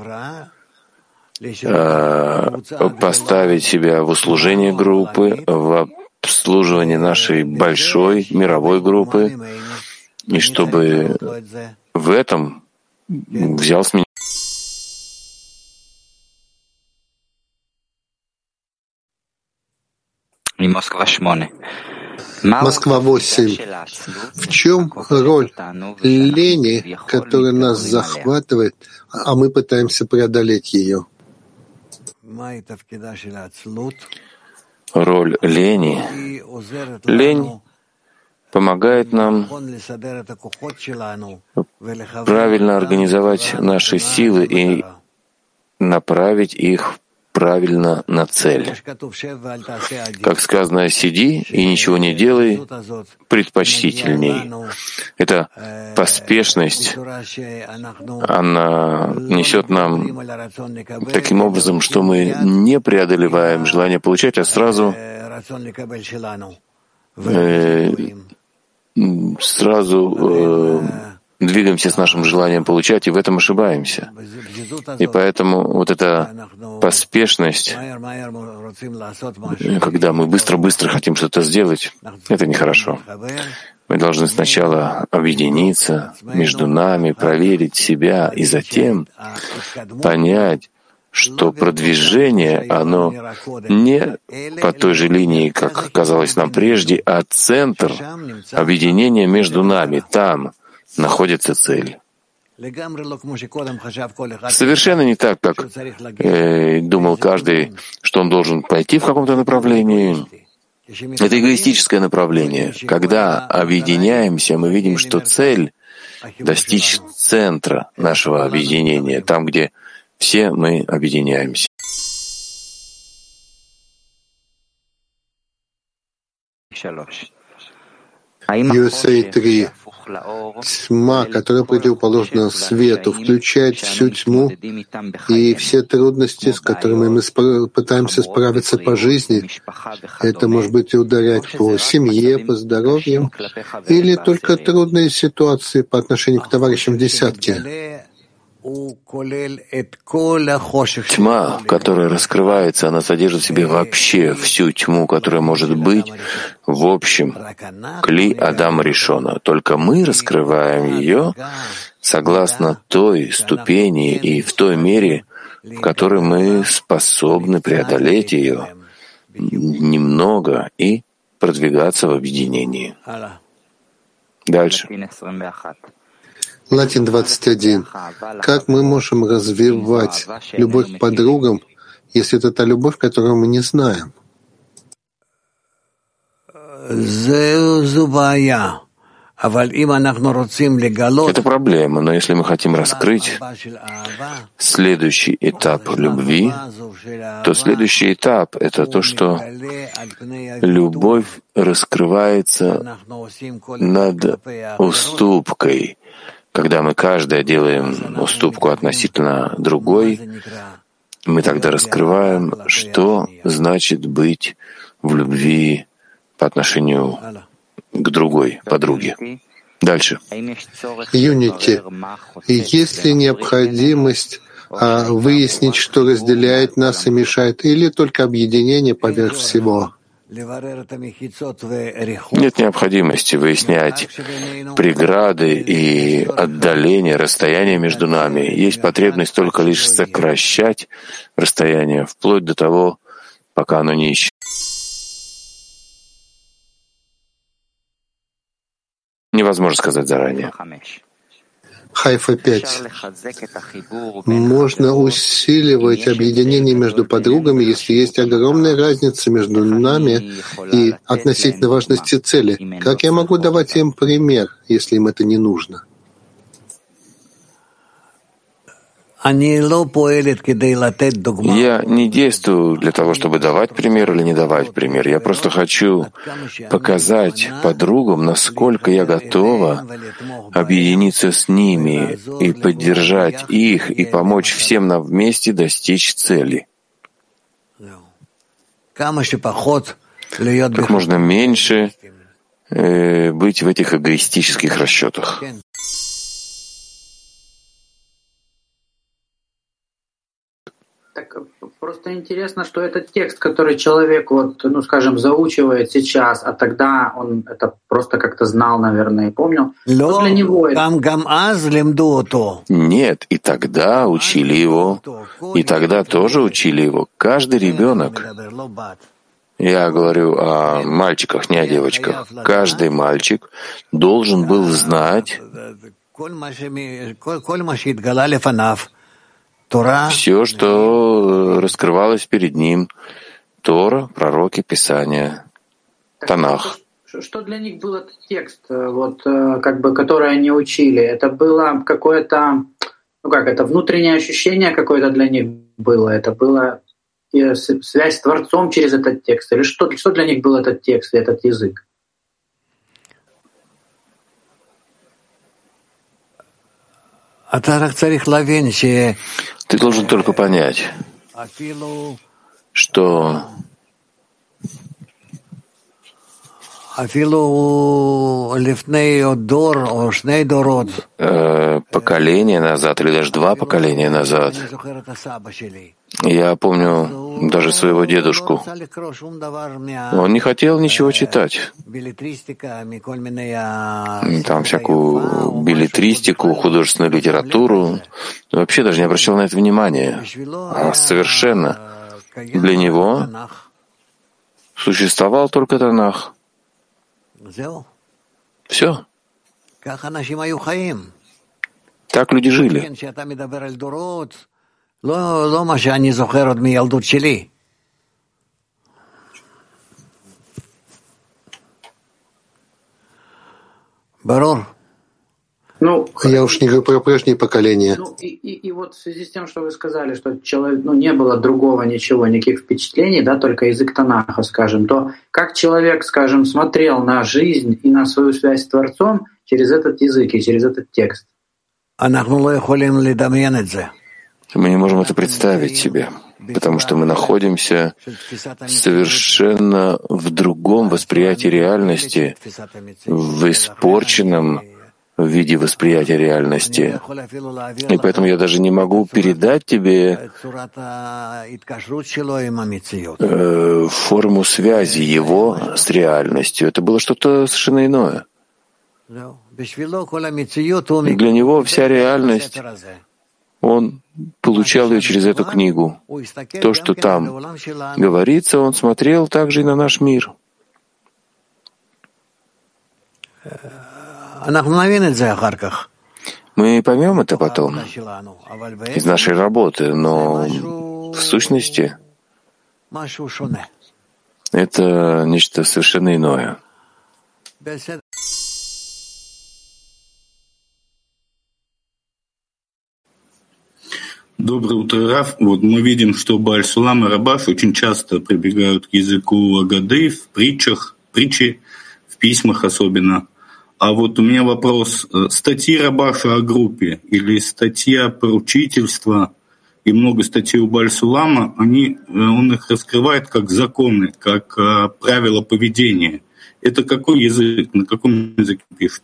э, поставить себя в услужение группы, в обслуживание нашей большой мировой группы, и чтобы в этом взял с меня. Москва восемь. В чем роль лени, которая нас захватывает, а мы пытаемся преодолеть ее? Роль лени. Лень помогает нам правильно организовать наши силы и направить их правильно на цель. Как сказано, сиди и ничего не делай, предпочтительней. Эта поспешность, она несет нам таким образом, что мы не преодолеваем желание получать, а сразу э, сразу э, двигаемся с нашим желанием получать, и в этом ошибаемся. И поэтому вот эта поспешность, когда мы быстро-быстро хотим что-то сделать, это нехорошо. Мы должны сначала объединиться между нами, проверить себя, и затем понять, что продвижение, оно не по той же линии, как казалось нам прежде, а центр объединения между нами, там находится цель. Совершенно не так, как э, думал каждый, что он должен пойти в каком-то направлении. Это эгоистическое направление. Когда объединяемся, мы видим, что цель — достичь центра нашего объединения, там, где все мы объединяемся. ю эс эй три. Тьма, которая противоположна свету, включает всю тьму и все трудности, с которыми мы спро- пытаемся справиться по жизни. Это может быть и ударять по семье, по здоровью, или только трудные ситуации по отношению к товарищам в десятке. Тьма, которая раскрывается, она содержит в себе вообще всю тьму, которая может быть в общем кли Адама Ришона. Только мы раскрываем ее согласно той ступени и в той мере, в которой мы способны преодолеть ее немного и продвигаться в объединении. Дальше. Латин двадцать один. Как мы можем развивать любовь к подругам, если это та любовь, которую мы не знаем? Это проблема, но если мы хотим раскрыть следующий этап любви, то следующий этап — это то, что любовь раскрывается над уступкой, когда мы каждая делаем уступку относительно другой, мы тогда раскрываем, что значит быть в любви по отношению к другой подруге. Дальше. Юнити. Есть ли необходимость а, выяснить, что разделяет нас и мешает, или только объединение поверх всего? Нет необходимости выяснять преграды и отдаление, расстояние между нами. Есть потребность только лишь сокращать расстояние, вплоть до того, пока оно не исчезнет. Невозможно сказать заранее. Хайфа пять. Можно усиливать объединение между подругами, если есть огромная разница между нами и относительно важности цели. Как я могу давать им пример, если им это не нужно? Я не действую для того, чтобы давать пример или не давать пример. Я просто хочу показать подругам, насколько я готова объединиться с ними и поддержать их, и помочь всем нам вместе достичь цели. Как можно меньше э, быть в этих эгоистических расчетах. Так просто интересно, что этот текст, который человек, вот, ну, скажем, заучивает сейчас, а тогда он это просто как-то знал, наверное, и помнил. Что для него это? Нет, и тогда учили его, и тогда тоже учили его. Каждый ребенок. Я говорю о мальчиках, не о девочках. Каждый мальчик должен был знать все, что раскрывалось перед ним. Тора, пророки, Писания, Танах. Что для них был этот текст, вот, как бы, который они учили? Это было какое-то, ну как, это внутреннее ощущение какое-то для них было? Это было связь с Творцом через этот текст? Или что, что для них был этот текст и этот язык? Ты должен только понять, что э, поколение назад, или даже два поколения назад, я помню даже своего дедушку. Он не хотел ничего читать. Там всякую беллетристику, художественную литературу. Вообще даже не обращал на это внимания. А совершенно для него существовал только Танах. Все. Так люди жили. Ну, я уж не говорю про прежние поколения. Ну, и, и, и вот в связи с тем, что вы сказали, что человек, ну, не было другого ничего, никаких впечатлений, да, только язык Танаха, скажем, то как человек, скажем, смотрел на жизнь и на свою связь с Творцом через этот язык и через этот текст? Мы не можем это представить себе, потому что мы находимся совершенно в другом восприятии реальности, в испорченном в виде восприятия реальности. И поэтому я даже не могу передать тебе э, форму связи его с реальностью. Это было что-то совершенно иное. И для него вся реальность, он получал ее через эту книгу. То, что там говорится, он смотрел также и на наш мир. Мы поймем это потом из нашей работы, но в сущности это нечто совершенно иное. Доброе утро, Раф. Вот мы видим, что Бааль-Сулам и Рабаш очень часто прибегают к языку Агады в притчах, притчи, в письмах особенно. А вот у меня вопрос. Статьи Рабаша о группе или статья про учительство и много статей у Бааль-Сулама, они, он их раскрывает как законы, как а, правила поведения. Это какой язык, на каком языке пишет?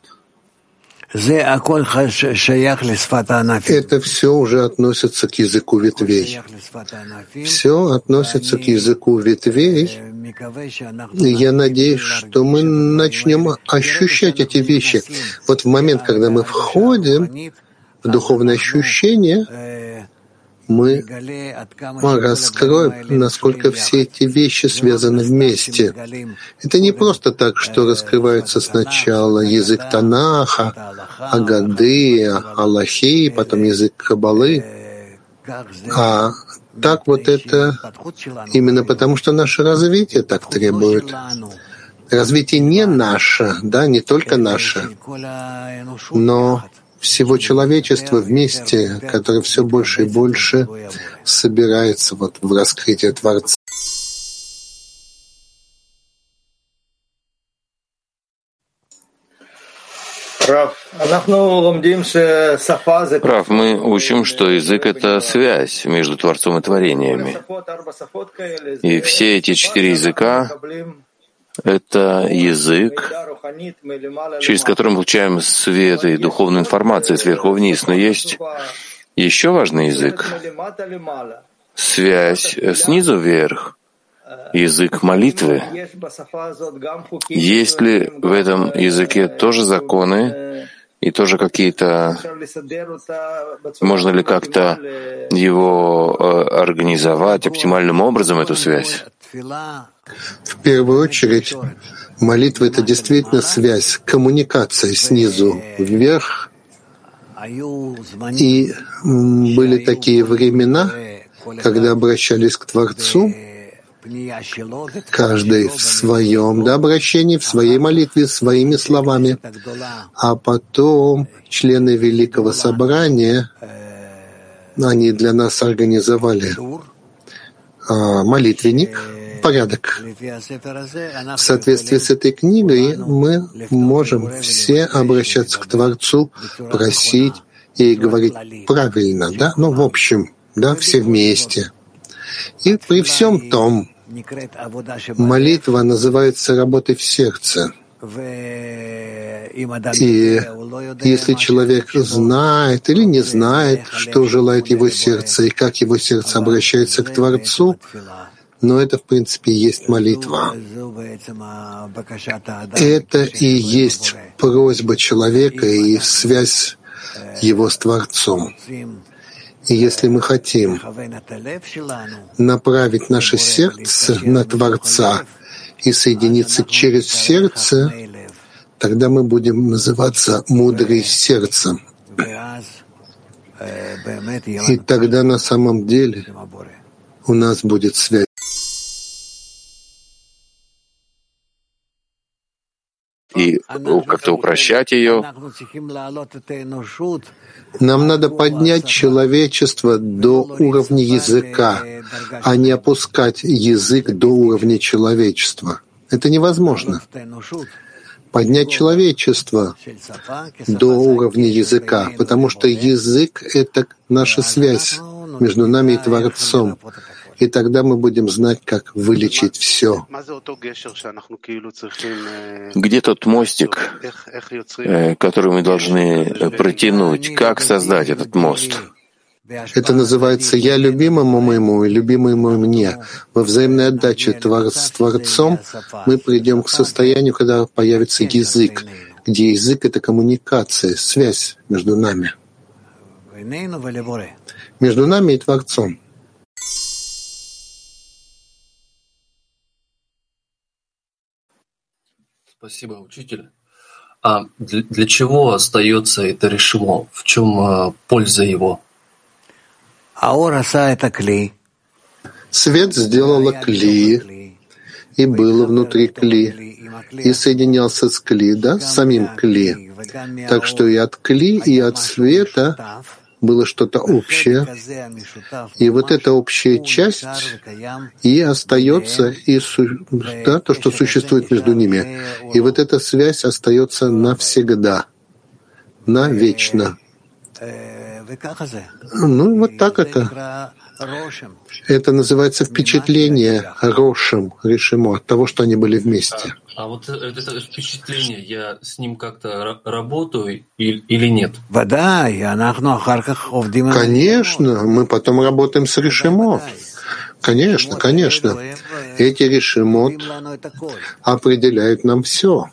Это все уже относится к языку ветвей. Все относится к языку ветвей. И я надеюсь, что мы начнем ощущать эти вещи. Вот в момент, когда мы входим в духовное ощущение, мы раскроем, насколько все эти вещи связаны вместе. Это не просто так, что раскрывается сначала язык Танаха, Агады, Аллахи, потом язык Каббалы, а так вот это именно потому, что наше развитие так требует. Развитие не наше, да, не только наше, но всего человечества вместе, которое все больше и больше собирается вот в раскрытие Творца. Рав, мы учим, что язык — это связь между Творцом и творениями. И все эти четыре языка — это язык, через который мы получаем свет и духовную информацию сверху вниз. Но есть еще важный язык — связь снизу вверх, язык молитвы. Есть ли в этом языке тоже законы и тоже какие-то... Можно ли как-то его организовать оптимальным образом, эту связь? В первую очередь, молитва — это действительно связь, коммуникация снизу вверх. И были такие времена, когда обращались к Творцу, каждый в своем да, обращении, в своей молитве, своими словами. А потом члены Великого Собрания, они для нас организовали молитвенник, порядок. В соответствии с этой книгой мы можем все обращаться к Творцу, просить и говорить правильно, да, ну, в общем, да, все вместе. И при всем том, молитва называется работой в сердце. И если человек знает или не знает, что желает его сердце и как его сердце обращается к Творцу, но это, в принципе, и есть молитва. Это и есть просьба человека и связь его с Творцом. И если мы хотим направить наше сердце на Творца и соединиться через сердце, тогда мы будем называться мудрые сердцем. И тогда на самом деле у нас будет связь. И как-то упрощать ее. Нам надо поднять человечество до уровня языка, а не опускать язык до уровня человечества. Это невозможно. Поднять человечество до уровня языка, потому что язык — это наша связь между нами и Творцом. И тогда мы будем знать, как вылечить все. Где тот мостик, который мы должны протянуть? Как создать этот мост? Это называется «Я любимому моему и любимому мне». Во взаимной отдаче с Творцом мы придем к состоянию, когда появится язык, где язык — это коммуникация, связь между нами. Между нами и Творцом. Спасибо, учитель. А для, для чего остается это решимо? В чем а, польза его? Свет сделала кли, и было внутри кли, и соединялся с кли, да, с самим кли. Так что и от кли, и от света было что-то общее, и вот эта общая часть и остается, и да, то, что существует между ними, и вот эта связь остается навсегда, навечно. Ну, вот так это. Это называется впечатление рошем, решимо, от того, что они были вместе. А, а вот это, это впечатление, я с ним как-то работаю или нет? Конечно, мы потом работаем с решимот. Конечно, конечно. Эти решимот определяют нам все.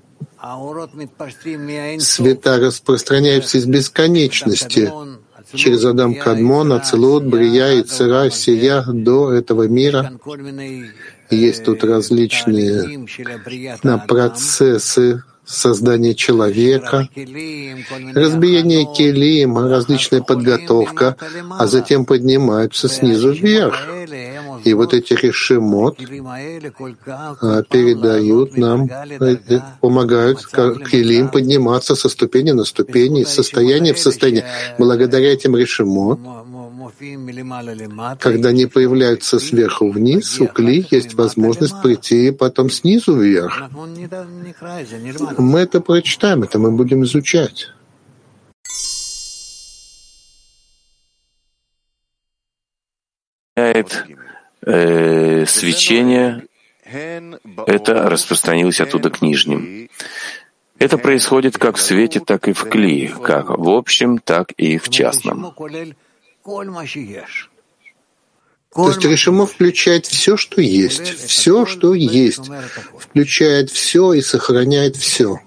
Света распространяются из бесконечности через Адам Кадмон, Ацилут, Брия, Ицера, Сия до этого мира. Есть тут различные да, процессы создания человека, разбиение келим, различная подготовка, а затем поднимаются снизу вверх. И вот эти решимот передают нам, помогают келим подниматься со ступени на ступени, из состояния в состояние. Благодаря этим решимот, когда они появляются сверху вниз, у кли есть возможность прийти потом снизу вверх. Мы это прочитаем, это мы будем изучать. Э, свечение, это распространилось оттуда к нижним. Это происходит как в свете, так и в кли, как в общем, так и в частном. То есть решимо включает все, что есть, все, что есть, включает все и сохраняет все.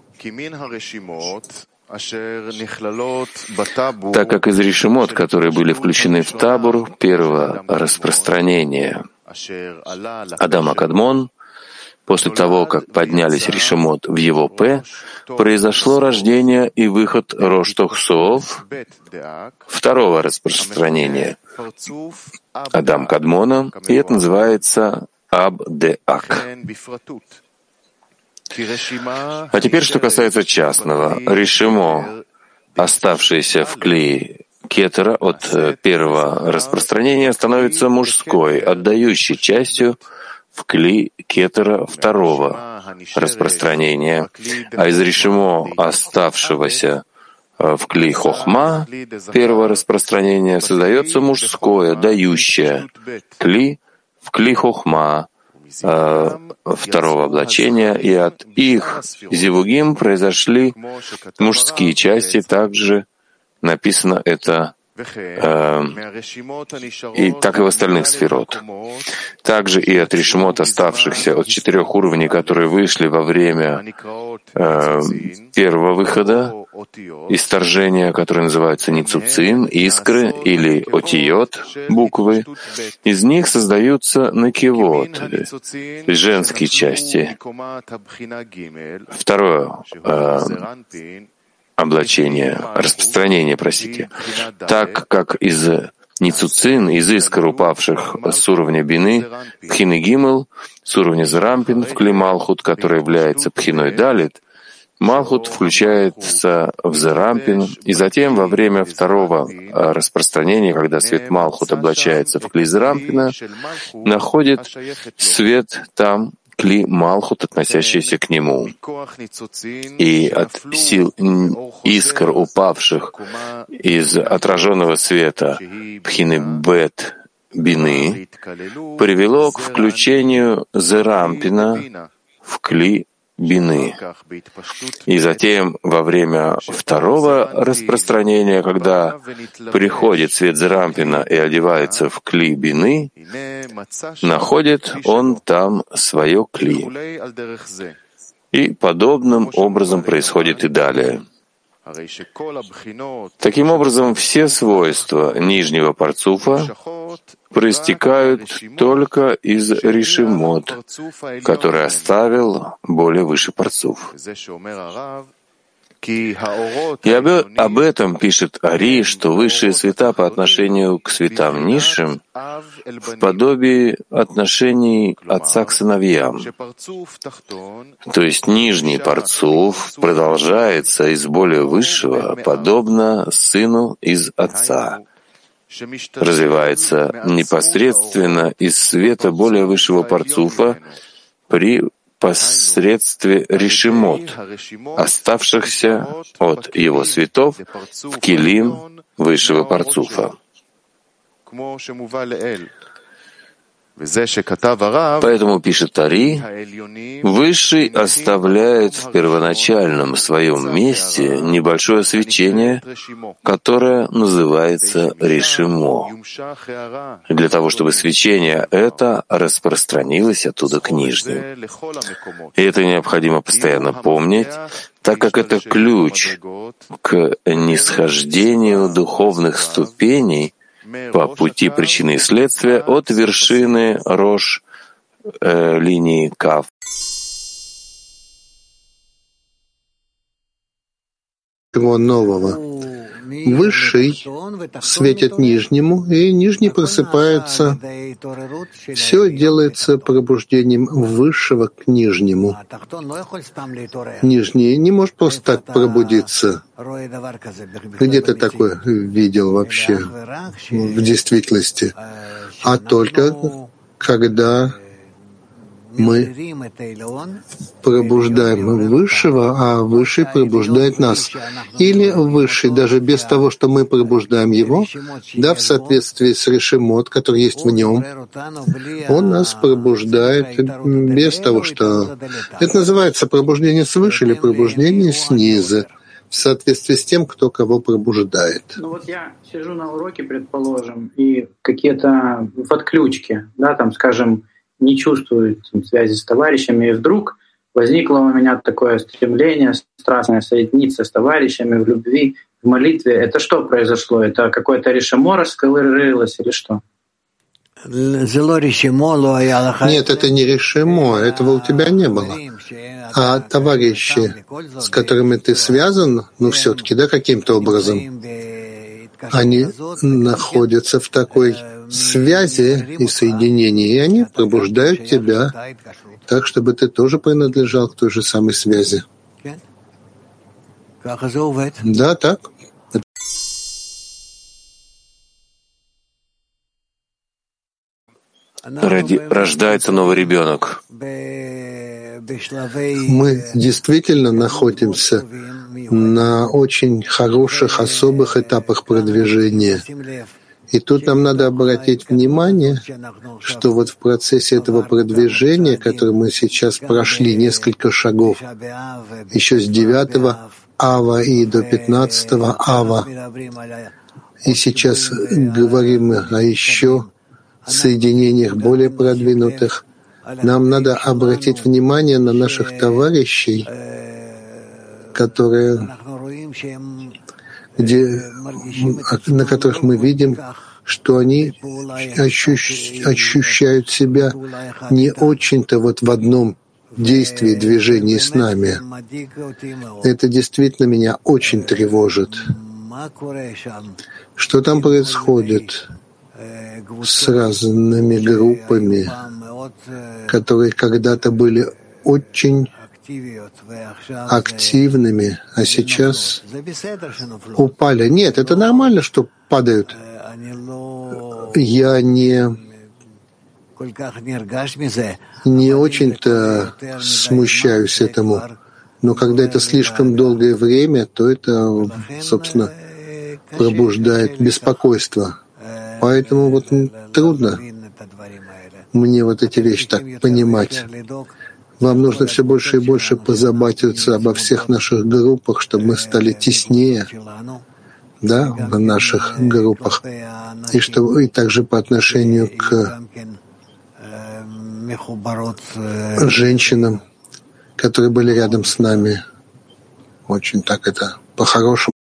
Так как из решимот, которые были включены в табур первого распространения Адама Кадмон, после того, как поднялись решимот в его П, произошло рождение и выход Рош Тохсов второго распространения Адам Кадмона, и это называется Аб-де-Ак. А теперь, что касается частного. Решимо, оставшееся в клее кетера от первого распространения, становится мужской, отдающей частью в кли кетера второго распространения, а из решимо, оставшегося в кли хохма первого распространения, создается мужское, дающее кли в кли хохма второго облачения, и от их зивугим произошли мужские части. Также написано это э, и так и в остальных сферот. Также и от решимот, оставшихся от четырех уровней, которые вышли во время э, первого выхода, исторжения, которые называются ницуцин, искры или отиот, буквы, из них создаются накивот, женские части. Второе э, облачение, распространение, простите. Так как из ницуцин, из искр, упавших с уровня бины, пхины гимел, с уровня зерампин в кли малхут, который является пхиной далит, малхут включается в зерампин, и затем во время второго распространения, когда свет малхут облачается в кли зерампина, находит свет там кли малхут, относящийся к нему. И от сил искр, упавших из отраженного света пхины бет бины, привело к включению зерампина в кли бины. И затем во время второго распространения, когда приходит свет зерампина и одевается в кли бины, находит он там свое кли. И подобным образом происходит и далее. Таким образом, все свойства нижнего парцуфа проистекают только из решимот, который оставил более выше парцуф. И об, об этом пишет Ари, что высшие света по отношению к светам низшим в подобии отношений отца к сыновьям. То есть нижний парцуф продолжается из более высшего, подобно сыну из отца. Развивается непосредственно из света более высшего парцуфа при посредстве решимот, оставшихся от его светов в килим высшего парцуфа. Поэтому, пишет Ари, Высший оставляет в первоначальном своем месте небольшое свечение, которое называется решимо, для того, чтобы свечение это распространилось оттуда к нижним. И это необходимо постоянно помнить, так как это ключ к нисхождению духовных ступеней по пути причины и следствия от вершины Рош э, линии Кав. Чего нового? Высший светит нижнему, и нижний просыпается. Все делается пробуждением высшего к нижнему. Нижний не может просто так пробудиться. Где ты такое видел вообще в действительности? А только когда мы пробуждаем Высшего, а Высший пробуждает нас. Или Высший, даже без того, что мы пробуждаем Его, да, в соответствии с решимот, который есть в Нем, Он нас пробуждает без того, что... Это называется пробуждение свыше или пробуждение снизу, в соответствии с тем, кто кого пробуждает. Ну вот я сижу на уроке, предположим, и какие-то в отключке, да, там, скажем, не чувствую там, связи с товарищами, и вдруг возникло у меня такое стремление страстное соединиться с товарищами в любви, в молитве. Это что произошло? Это какое-то решимо раскрылось или что? Нет, это не решимо, этого у тебя не было. А товарищи, с которыми ты связан, ну все-таки, да, каким-то образом, они находятся в такой связи и соединении, и они пробуждают тебя так, чтобы ты тоже принадлежал к той же самой связи. Да, так. Ради... Рождается новый ребенок. Мы действительно находимся на очень хороших, особых этапах продвижения. И тут нам надо обратить внимание, что вот в процессе этого продвижения, который мы сейчас прошли несколько шагов, еще с девятого ава и до пятнадцатого ава, и сейчас говорим о еще соединениях более продвинутых, нам надо обратить внимание на наших товарищей, которые, где, на которых мы видим, что они ощущ, ощущают себя не очень-то вот в одном действии, движении с нами. Это действительно меня очень тревожит. Что там происходит с разными группами, которые когда-то были очень активными, а сейчас упали. Нет, это нормально, что падают. Я не, не очень-то смущаюсь этому, но когда это слишком долгое время, то это, собственно, пробуждает беспокойство. Поэтому вот трудно мне вот эти вещи так понимать. Вам нужно все больше и больше позаботиться обо всех наших группах, чтобы мы стали теснее, да, в наших группах, и что и также по отношению к женщинам, которые были рядом с нами. Очень так это по-хорошему.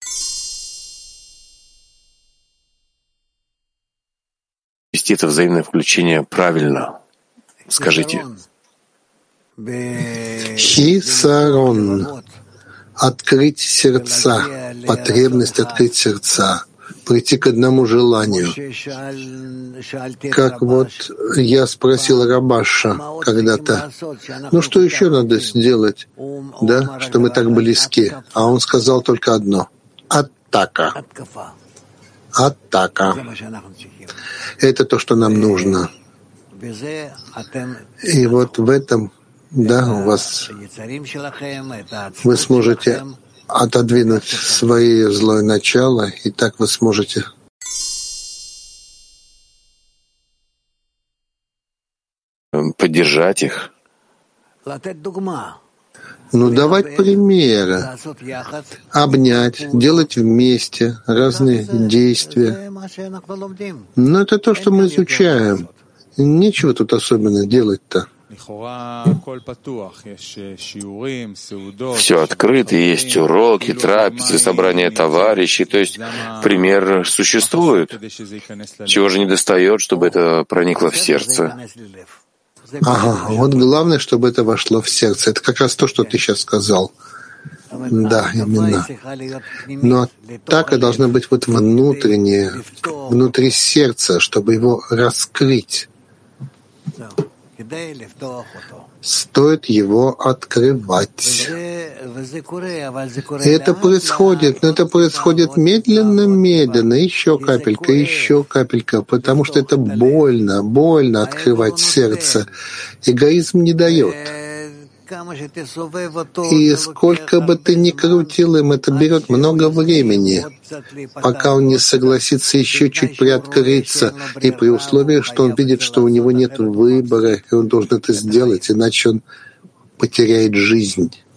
Вести это взаимное включение правильно. Скажите. Хисарон. открыть сердца, потребность открыть сердца, прийти к одному желанию. Как вот я спросил Рабаша когда-то, ну что еще надо сделать, да, что мы так близки? А он сказал только одно — атака. Атака. Это то, что нам нужно. И вот в этом, да, у вас вы сможете отодвинуть свое злое начало, и так вы сможете поддержать их. Ну, давать примеры, обнять, делать вместе разные действия. Но это то, что мы изучаем. Нечего тут особенно делать-то. Все открыто, есть уроки, трапезы, собрания товарищей, то есть пример существует. Чего же недостает, чтобы это проникло в сердце? Ага, вот главное, чтобы это вошло в сердце. Это как раз то, что ты сейчас сказал. Да, именно. Но атака должна быть вот внутренняя, внутри сердца, чтобы его раскрыть. Стоит его открывать. И это происходит, но это происходит медленно-медленно, еще капелька, еще капелька, потому что это больно, больно открывать сердце. Эгоизм не дает. И сколько бы ты ни крутил им, это берет много времени, пока он не согласится еще чуть приоткрыться, и при условии, что он видит, что у него нет выбора, и он должен это сделать, иначе он потеряет жизнь.